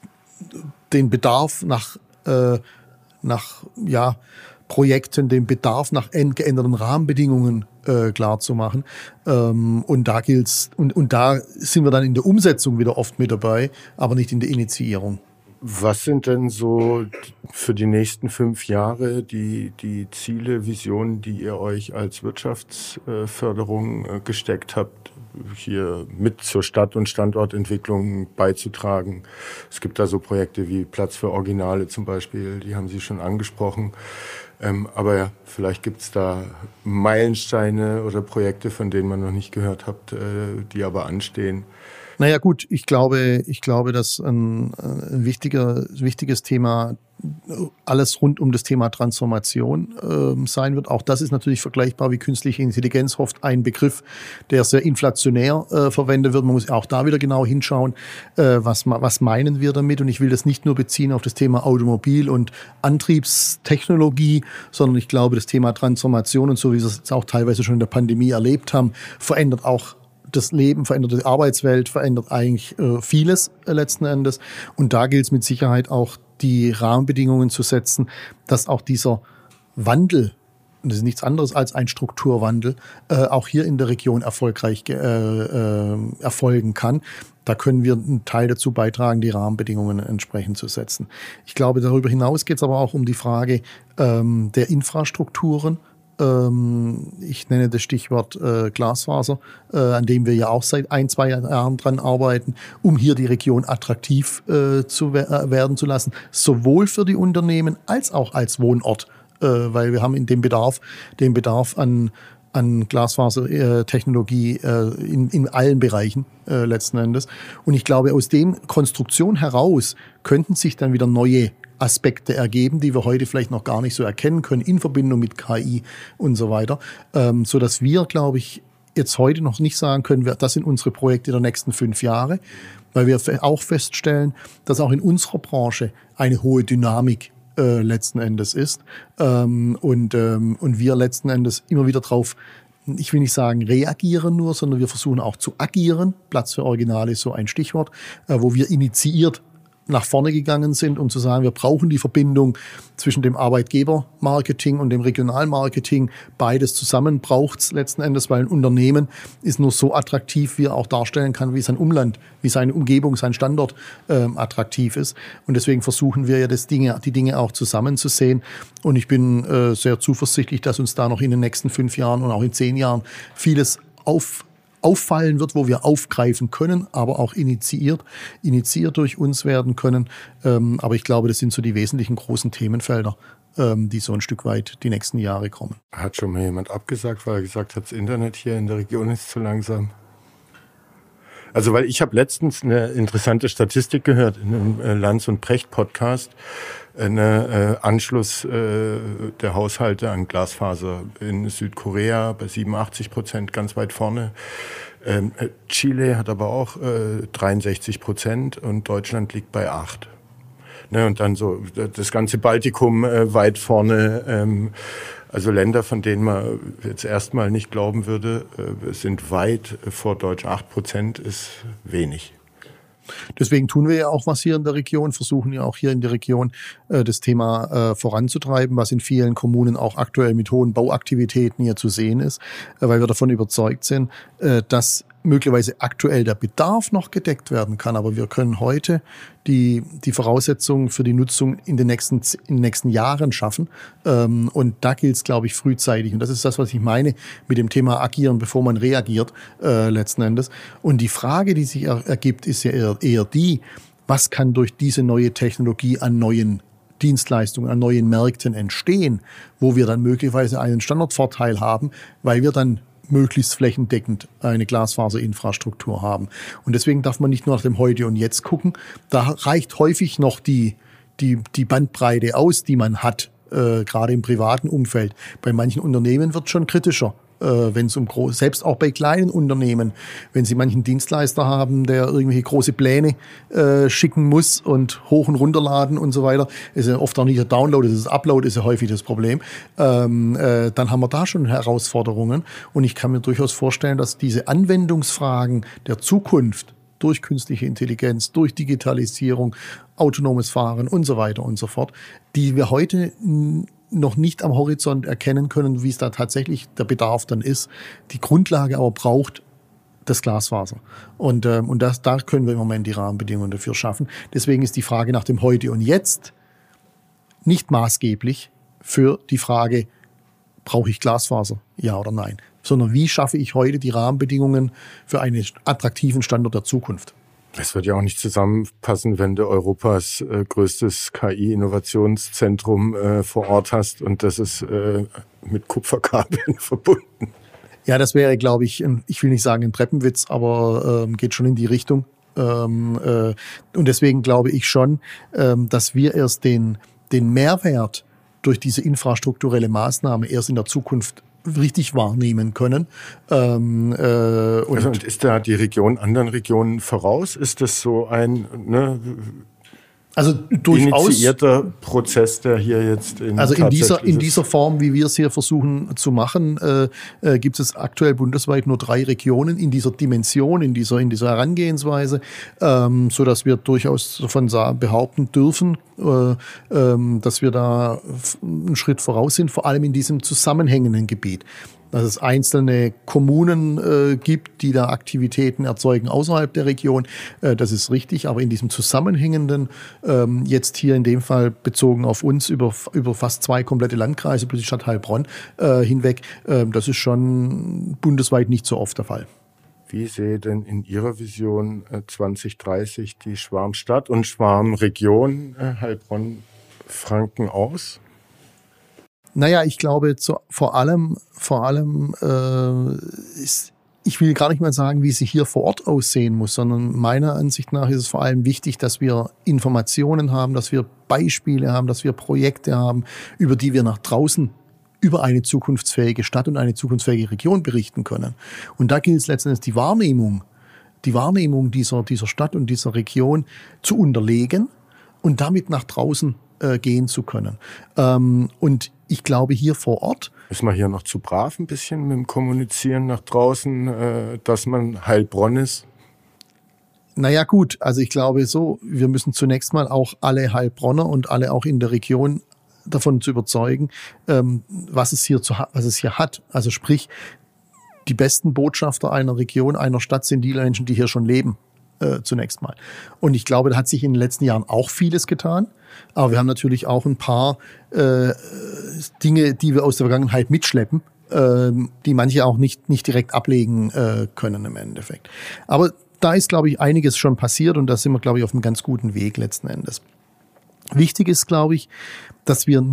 den Bedarf nach, äh, nach ja, Projekten, den Bedarf nach geänderten Rahmenbedingungen äh, klar zu machen. Ähm, und da gilt's, und, und da sind wir dann in der Umsetzung wieder oft mit dabei, aber nicht in der Initiierung. Was sind denn so für die nächsten fünf Jahre die, die Ziele, Visionen, die ihr euch als Wirtschaftsförderung gesteckt habt, hier mit zur Stadt- und Standortentwicklung beizutragen? Es gibt da so Projekte wie Platz für Originale zum Beispiel, die haben Sie schon angesprochen. Ähm, aber ja, vielleicht gibt es da Meilensteine oder Projekte, von denen man noch nicht gehört hat, äh, die aber anstehen. Naja gut, ich glaube, ich glaube, dass ein, ein wichtiger, wichtiges Thema alles rund um das Thema Transformation äh, sein wird. Auch das ist natürlich vergleichbar wie künstliche Intelligenz, oft ein Begriff, der sehr inflationär äh, verwendet wird. Man muss auch da wieder genau hinschauen, äh, was, was meinen wir damit. Und ich will das nicht nur beziehen auf das Thema Automobil- und Antriebstechnologie, sondern ich glaube, das Thema Transformation und so, wie wir es jetzt auch teilweise schon in der Pandemie erlebt haben, verändert auch das Leben, verändert die Arbeitswelt, verändert eigentlich äh, vieles äh, letzten Endes. Und da gilt es mit Sicherheit auch, die Rahmenbedingungen zu setzen, dass auch dieser Wandel, und das ist nichts anderes als ein Strukturwandel, äh, auch hier in der Region erfolgreich äh, äh, erfolgen kann. Da können wir einen Teil dazu beitragen, die Rahmenbedingungen entsprechend zu setzen. Ich glaube, darüber hinaus geht es aber auch um die Frage ähm, der Infrastrukturen. Ich nenne das Stichwort äh, Glasfaser, äh, an dem wir ja auch seit ein, zwei Jahren dran arbeiten, um hier die Region attraktiv äh, zu we- äh, werden zu lassen, sowohl für die Unternehmen als auch als Wohnort, äh, weil wir haben in dem Bedarf, den Bedarf an an Glasfasertechnologie äh, in, in allen Bereichen äh, letzten Endes. Und ich glaube, aus dem Konstruktion heraus könnten sich dann wieder neue Aspekte ergeben, die wir heute vielleicht noch gar nicht so erkennen können, in Verbindung mit K I und so weiter, ähm, so dass wir, glaube ich, jetzt heute noch nicht sagen können, das sind unsere Projekte der nächsten fünf Jahre, weil wir auch feststellen, dass auch in unserer Branche eine hohe Dynamik äh, letzten Endes ist ähm, und, ähm, und wir letzten Endes immer wieder drauf, ich will nicht sagen reagieren nur, sondern wir versuchen auch zu agieren. Platz für Originale ist so ein Stichwort, äh, wo wir initiiert nach vorne gegangen sind, um zu sagen, wir brauchen die Verbindung zwischen dem Arbeitgebermarketing und dem Regionalmarketing. Beides zusammen braucht es letzten Endes, weil ein Unternehmen ist nur so attraktiv, wie er auch darstellen kann, wie sein Umland, wie seine Umgebung, sein Standort ähm, attraktiv ist. Und deswegen versuchen wir ja das Dinge, die Dinge auch zusammenzusehen. Und ich bin äh, sehr zuversichtlich, dass uns da noch in den nächsten fünf Jahren und auch in zehn Jahren vieles auf auffallen wird, wo wir aufgreifen können, aber auch initiiert, initiiert durch uns werden können. Ähm, aber ich glaube, das sind so die wesentlichen großen Themenfelder, ähm, die so ein Stück weit die nächsten Jahre kommen. Hat schon mal jemand abgesagt, weil er gesagt hat, das Internet hier in der Region ist zu langsam? Also, weil ich habe letztens eine interessante Statistik gehört in einem Lanz und Precht Podcast, eine äh, Anschluss äh, der Haushalte an Glasfaser in Südkorea bei siebenundachtzig Prozent, ganz weit vorne. Ähm, Chile hat aber auch äh, dreiundsechzig Prozent und Deutschland liegt bei acht. Ne, und dann so das ganze Baltikum äh, weit vorne. Ähm, also Länder, von denen man jetzt erstmal nicht glauben würde, äh, sind weit vor Deutsch. acht Prozent ist wenig. Deswegen tun wir ja auch was hier in der Region, versuchen ja auch hier in der Region äh, das Thema äh, voranzutreiben, was in vielen Kommunen auch aktuell mit hohen Bauaktivitäten hier zu sehen ist, äh, weil wir davon überzeugt sind, äh, dass möglicherweise aktuell der Bedarf noch gedeckt werden kann, aber wir können heute die, die Voraussetzungen für die Nutzung in den nächsten, in den nächsten Jahren schaffen. Ähm, und da gilt es, glaube ich, frühzeitig. Und das ist das, was ich meine mit dem Thema agieren, bevor man reagiert, äh, letzten Endes. Und die Frage, die sich er, ergibt, ist ja eher, eher die, was kann durch diese neue Technologie an neuen Dienstleistungen, an neuen Märkten entstehen, wo wir dann möglicherweise einen Standortvorteil haben, weil wir dann möglichst flächendeckend eine Glasfaserinfrastruktur haben. Und deswegen darf man nicht nur nach dem Heute und Jetzt gucken. Da reicht häufig noch die, die, die Bandbreite aus, die man hat, äh, gerade im privaten Umfeld. Bei manchen Unternehmen wird es schon kritischer, Äh, wenn es um groß, selbst auch bei kleinen Unternehmen, wenn Sie manchen Dienstleister haben, der irgendwelche große Pläne äh, schicken muss und hoch und runterladen und so weiter, ist ja oft auch nicht der Download, das Upload ist ja häufig das Problem. Ähm, äh, dann haben wir da schon Herausforderungen und ich kann mir durchaus vorstellen, dass diese Anwendungsfragen der Zukunft durch künstliche Intelligenz, durch Digitalisierung, autonomes Fahren und so weiter und so fort, die wir heute noch nicht am Horizont erkennen können, wie es da tatsächlich der Bedarf dann ist. Die Grundlage aber braucht das Glasfaser. Und, ähm, und das, da können wir im Moment die Rahmenbedingungen dafür schaffen. Deswegen ist die Frage nach dem Heute und Jetzt nicht maßgeblich für die Frage, brauche ich Glasfaser? Ja oder nein? Sondern wie schaffe ich heute die Rahmenbedingungen für einen attraktiven Standort der Zukunft? Das wird ja auch nicht zusammenpassen, wenn du Europas äh, größtes K I-Innovationszentrum äh, vor Ort hast und das ist äh, mit Kupferkabeln verbunden. Ja, das wäre, glaube ich, ein, ich will nicht sagen ein Treppenwitz, aber ähm, geht schon in die Richtung. Ähm, äh, und deswegen glaube ich schon, ähm, dass wir erst den, den Mehrwert durch diese infrastrukturelle Maßnahme erst in der Zukunft richtig wahrnehmen können. Ähm, äh, und, also, und ist da die Region anderen Regionen voraus? Ist das so ein ne, also durchaus initiierter Prozess, der hier jetzt in also in dieser in dieser Form, wie wir es hier versuchen zu machen, äh, äh, gibt es aktuell bundesweit nur drei Regionen in dieser Dimension, in dieser in dieser Herangehensweise, ähm, so dass wir durchaus davon behaupten dürfen, äh, äh, dass wir da einen Schritt voraus sind, vor allem in diesem zusammenhängenden Gebiet. Dass es einzelne Kommunen äh, gibt, die da Aktivitäten erzeugen außerhalb der Region. Äh, das ist richtig, aber in diesem zusammenhängenden, ähm, jetzt hier in dem Fall bezogen auf uns über, über fast zwei komplette Landkreise plus die Stadt Heilbronn äh, hinweg, äh, das ist schon bundesweit nicht so oft der Fall. Wie sähe denn in Ihrer Vision äh, zwanzig dreißig die Schwarmstadt und Schwarmregion äh, Heilbronn-Franken aus? Naja, ich glaube, zu, vor allem, vor allem äh, ist, ich will gar nicht mal sagen, wie sie hier vor Ort aussehen muss, sondern meiner Ansicht nach ist es vor allem wichtig, dass wir Informationen haben, dass wir Beispiele haben, dass wir Projekte haben, über die wir nach draußen über eine zukunftsfähige Stadt und eine zukunftsfähige Region berichten können. Und da gilt es letztendlich die Wahrnehmung, die Wahrnehmung dieser, dieser Stadt und dieser Region zu unterlegen und damit nach draußen äh, gehen zu können. Ähm, und ich glaube, hier vor Ort ist man hier noch zu brav ein bisschen mit dem Kommunizieren nach draußen, äh, dass man Heilbronn ist? Naja gut, also ich glaube so, wir müssen zunächst mal auch alle Heilbronner und alle auch in der Region davon zu überzeugen, ähm, was es hier zu, was es hier hat. Also sprich, die besten Botschafter einer Region, einer Stadt sind die Menschen, die hier schon leben. Äh, zunächst mal. Und ich glaube, da hat sich in den letzten Jahren auch vieles getan. Aber wir haben natürlich auch ein paar äh, Dinge, die wir aus der Vergangenheit mitschleppen, äh, die manche auch nicht, nicht direkt ablegen äh, können im Endeffekt. Aber da ist, glaube ich, einiges schon passiert und da sind wir, glaube ich, auf einem ganz guten Weg letzten Endes. Wichtig ist, glaube ich, dass wir,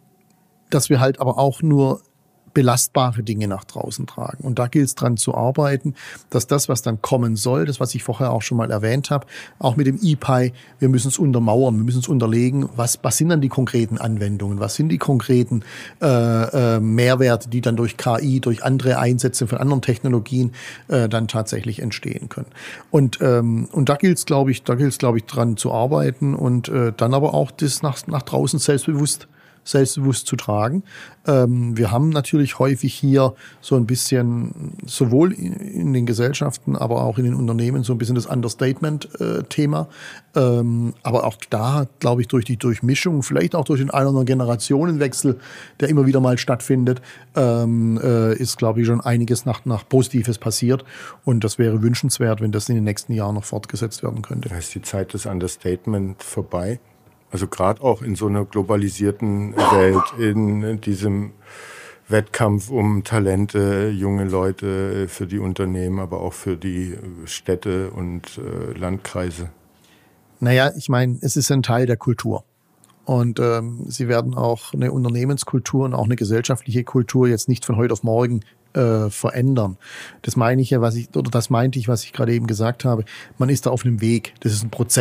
dass wir halt aber auch nur belastbare Dinge nach draußen tragen. Und da gilt es dran zu arbeiten, dass das, was dann kommen soll, das, was ich vorher auch schon mal erwähnt habe, auch mit dem E P I, wir müssen es untermauern, wir müssen es unterlegen, was, was sind dann die konkreten Anwendungen, was sind die konkreten äh, äh, Mehrwerte, die dann durch K I, durch andere Einsätze von anderen Technologien äh, dann tatsächlich entstehen können. Und, ähm, und da gilt es, glaube ich, da gilt es, glaube ich, dran zu arbeiten und äh, dann aber auch das nach, nach draußen selbstbewusst selbstbewusst zu tragen. Ähm, wir haben natürlich häufig hier so ein bisschen, sowohl in, in den Gesellschaften, aber auch in den Unternehmen, so ein bisschen das Understatement-Thema. Ähm, aber auch da, glaube ich, durch die Durchmischung, vielleicht auch durch den einen oder anderen Generationenwechsel, der immer wieder mal stattfindet, ähm, äh, ist, glaube ich, schon einiges nach, nach Positives passiert. Und das wäre wünschenswert, wenn das in den nächsten Jahren noch fortgesetzt werden könnte. Da ist die Zeit des Understatement vorbei. Also gerade auch in so einer globalisierten Welt, in diesem Wettkampf um Talente, junge Leute für die Unternehmen, aber auch für die Städte und äh, Landkreise. Naja, ich meine, es ist ein Teil der Kultur. Und ähm, sie werden auch eine Unternehmenskultur und auch eine gesellschaftliche Kultur jetzt nicht von heute auf morgen äh, verändern. Das meine ich ja, was ich, oder das meinte ich, was ich gerade eben gesagt habe. Man ist da auf einem Weg. Das ist ein Prozess.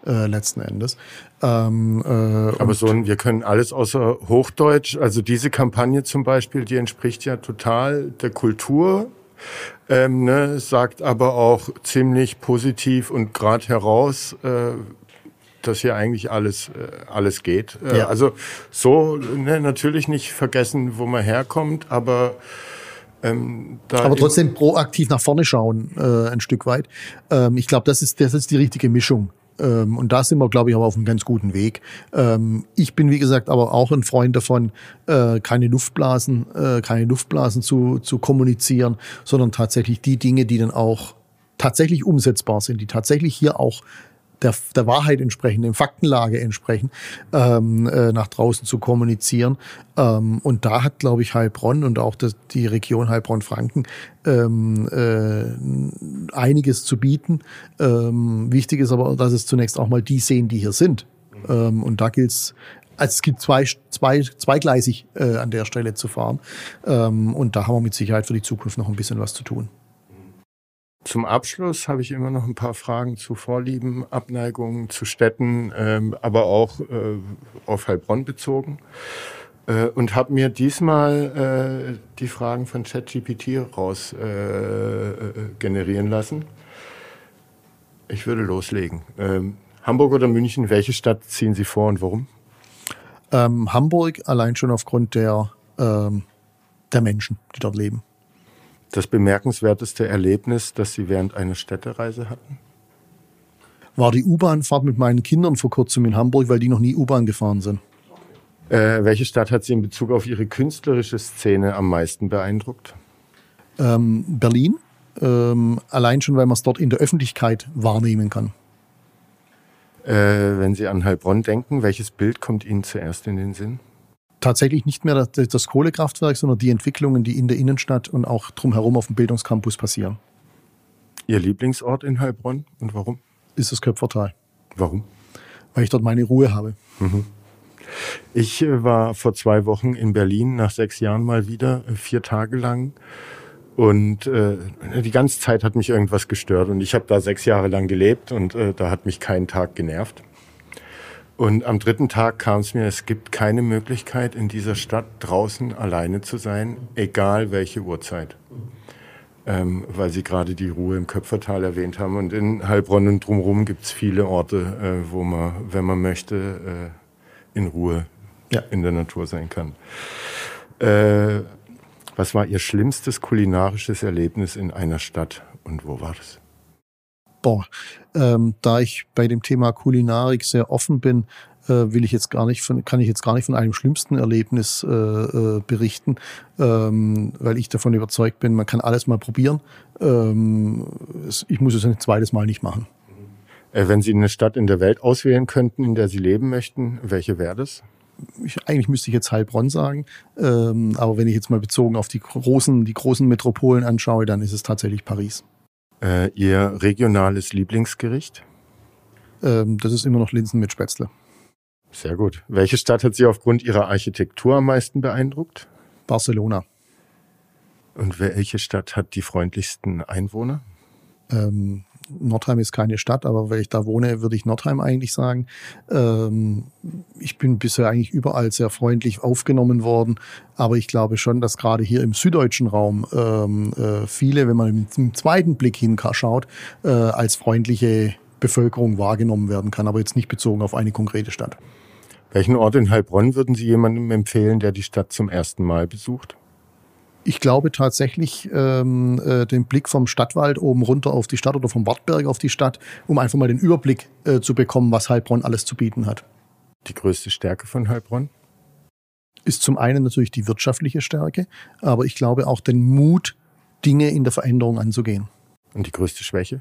äh, letzten Endes. Ähm, äh, Aber so ein, wir können alles außer Hochdeutsch. Also diese Kampagne zum Beispiel, die entspricht ja total der Kultur, ähm, ne, sagt aber auch ziemlich positiv und gerade heraus, äh, dass hier eigentlich alles, äh, alles geht. Äh, Ja. Also so, ne, natürlich nicht vergessen, wo man herkommt, aber ähm, da aber trotzdem proaktiv nach vorne schauen, äh, ein Stück weit. Ähm, ich glaube, das ist, das ist die richtige Mischung. Ähm, und da sind wir, glaube ich, aber auf einem ganz guten Weg. Ähm, ich bin, wie gesagt, aber auch ein Freund davon, äh, keine Luftblasen, äh, keine Luftblasen zu, zu kommunizieren, sondern tatsächlich die Dinge, die dann auch tatsächlich umsetzbar sind, die tatsächlich hier auch der, der Wahrheit entsprechen, der Faktenlage entsprechen, ähm, äh, nach draußen zu kommunizieren. Ähm, und da hat, glaube ich, Heilbronn und auch das, die Region Heilbronn-Franken ähm, äh, einiges zu bieten. Ähm, wichtig ist aber, dass es zunächst auch mal die sehen, die hier sind. Ähm, und da gilt es, also es gibt zwei, zwei, zweigleisig äh, an der Stelle zu fahren. Ähm, und da haben wir mit Sicherheit für die Zukunft noch ein bisschen was zu tun. Zum Abschluss habe ich immer noch ein paar Fragen zu Vorlieben, Abneigungen, zu Städten, ähm, aber auch äh, auf Heilbronn bezogen. Äh, und habe mir diesmal äh, die Fragen von ChatGPT raus äh, äh, generieren lassen. Ich würde loslegen. Ähm, Hamburg oder München, welche Stadt ziehen Sie vor und warum? Ähm, Hamburg allein schon aufgrund der, ähm, der Menschen, die dort leben. Das bemerkenswerteste Erlebnis, das Sie während einer Städtereise hatten? War die U-Bahn-Fahrt mit meinen Kindern vor kurzem in Hamburg, weil die noch nie U-Bahn gefahren sind. Äh, welche Stadt hat Sie in Bezug auf Ihre künstlerische Szene am meisten beeindruckt? Ähm, Berlin, ähm, allein schon, weil man es dort in der Öffentlichkeit wahrnehmen kann. Äh, wenn Sie an Heilbronn denken, welches Bild kommt Ihnen zuerst in den Sinn? Tatsächlich nicht mehr das, das Kohlekraftwerk, sondern die Entwicklungen, die in der Innenstadt und auch drumherum auf dem Bildungscampus passieren. Ihr Lieblingsort in Heilbronn und warum? Ist das Köpfertal. Warum? Weil ich dort meine Ruhe habe. Mhm. Ich äh, war vor zwei Wochen in Berlin, nach sechs Jahren mal wieder, äh, vier Tage lang. Und äh, die ganze Zeit hat mich irgendwas gestört. Und ich habe da sechs Jahre lang gelebt und äh, da hat mich kein Tag genervt. Und am dritten Tag kam es mir, es gibt keine Möglichkeit, in dieser Stadt draußen alleine zu sein, egal welche Uhrzeit. Ähm, weil Sie gerade die Ruhe im Köpfertal erwähnt haben. Und in Heilbronn und drumherum gibt es viele Orte, äh, wo man, wenn man möchte, äh, in Ruhe ja. in der Natur sein kann. Äh, was war Ihr schlimmstes kulinarisches Erlebnis in einer Stadt und wo war das? Boah, ähm, da ich bei dem Thema Kulinarik sehr offen bin, äh, will ich jetzt gar nicht von, kann ich jetzt gar nicht von einem schlimmsten Erlebnis äh, äh, berichten, ähm, weil ich davon überzeugt bin, man kann alles mal probieren. Ähm, es, ich muss es ein zweites Mal nicht machen. Äh, wenn Sie eine Stadt in der Welt auswählen könnten, in der Sie leben möchten, welche wäre das? Ich, eigentlich müsste ich jetzt Heilbronn sagen, ähm, aber wenn ich jetzt mal bezogen auf die großen, die großen Metropolen anschaue, dann ist es tatsächlich Paris. Äh, Ihr regionales Lieblingsgericht? Ähm, das ist immer noch Linsen mit Spätzle. Sehr gut. Welche Stadt hat Sie aufgrund ihrer Architektur am meisten beeindruckt? Barcelona. Und welche Stadt hat die freundlichsten Einwohner? Ähm, Nordheim ist keine Stadt, aber weil ich da wohne, würde ich Nordheim eigentlich sagen. Ähm, ich bin bisher eigentlich überall sehr freundlich aufgenommen worden, aber ich glaube schon, dass gerade hier im süddeutschen Raum ähm, äh, viele, wenn man mit dem zweiten Blick hinschaut, äh, als freundliche Bevölkerung wahrgenommen werden kann, aber jetzt nicht bezogen auf eine konkrete Stadt. Welchen Ort in Heilbronn würden Sie jemandem empfehlen, der die Stadt zum ersten Mal besucht? Ich glaube tatsächlich, ähm, äh, den Blick vom Stadtwald oben runter auf die Stadt oder vom Wartberg auf die Stadt, um einfach mal den Überblick äh, zu bekommen, was Heilbronn alles zu bieten hat. Die größte Stärke von Heilbronn? Ist zum einen natürlich die wirtschaftliche Stärke, aber ich glaube auch den Mut, Dinge in der Veränderung anzugehen. Und die größte Schwäche?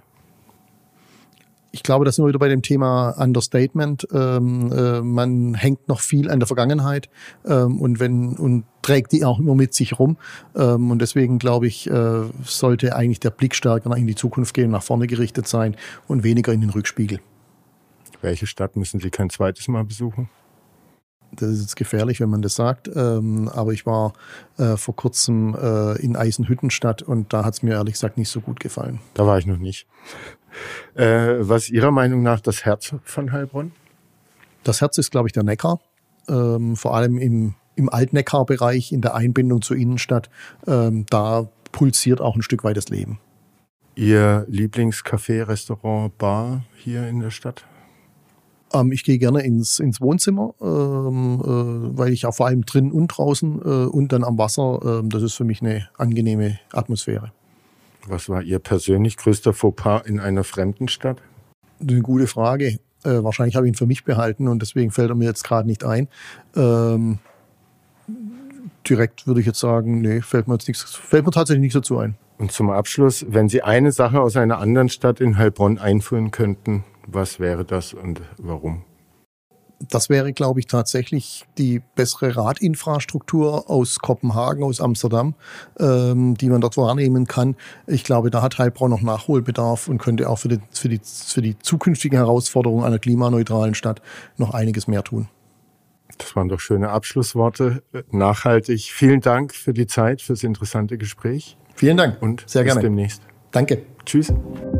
Ich glaube, da sind wir wieder bei dem Thema Understatement. Ähm, äh, man hängt noch viel an der Vergangenheit ähm, und wenn und trägt die auch immer mit sich rum. Ähm, und deswegen glaube ich, äh, sollte eigentlich der Blick stärker in die Zukunft gehen, nach vorne gerichtet sein und weniger in den Rückspiegel. Welche Stadt müssen Sie kein zweites Mal besuchen? Das ist jetzt gefährlich, wenn man das sagt. Ähm, aber ich war äh, vor kurzem äh, in Eisenhüttenstadt und da hat es mir ehrlich gesagt nicht so gut gefallen. Da war ich noch nicht. Äh, was ist Ihrer Meinung nach das Herz von Heilbronn? Das Herz ist, glaube ich, der Neckar. Ähm, vor allem im, im Altneckar-Bereich, in der Einbindung zur Innenstadt. Ähm, da pulsiert auch ein Stück weit das Leben. Ihr Lieblingscafé, Restaurant, Bar hier in der Stadt? Ähm, ich gehe gerne ins, ins Wohnzimmer, ähm, äh, weil ich auch vor allem drin und draußen äh, und dann am Wasser, äh, das ist für mich eine angenehme Atmosphäre. Was war Ihr persönlich größter Fauxpas in einer fremden Stadt? Eine gute Frage. Äh, wahrscheinlich habe ich ihn für mich behalten und deswegen fällt er mir jetzt gerade nicht ein. Ähm, direkt würde ich jetzt sagen, nee, fällt mir jetzt nichts, fällt mir tatsächlich nichts dazu ein. Und zum Abschluss, wenn Sie eine Sache aus einer anderen Stadt in Heilbronn einführen könnten, was wäre das und warum? Das wäre, glaube ich, tatsächlich die bessere Radinfrastruktur aus Kopenhagen, aus Amsterdam, ähm, die man dort wahrnehmen kann. Ich glaube, da hat Heilbronn noch Nachholbedarf und könnte auch für die, für die, für die zukünftigen Herausforderungen einer klimaneutralen Stadt noch einiges mehr tun. Das waren doch schöne Abschlussworte. Nachhaltig. Vielen Dank für die Zeit, fürs interessante Gespräch. Vielen Dank. Und sehr bis gerne. demnächst. Danke. Tschüss.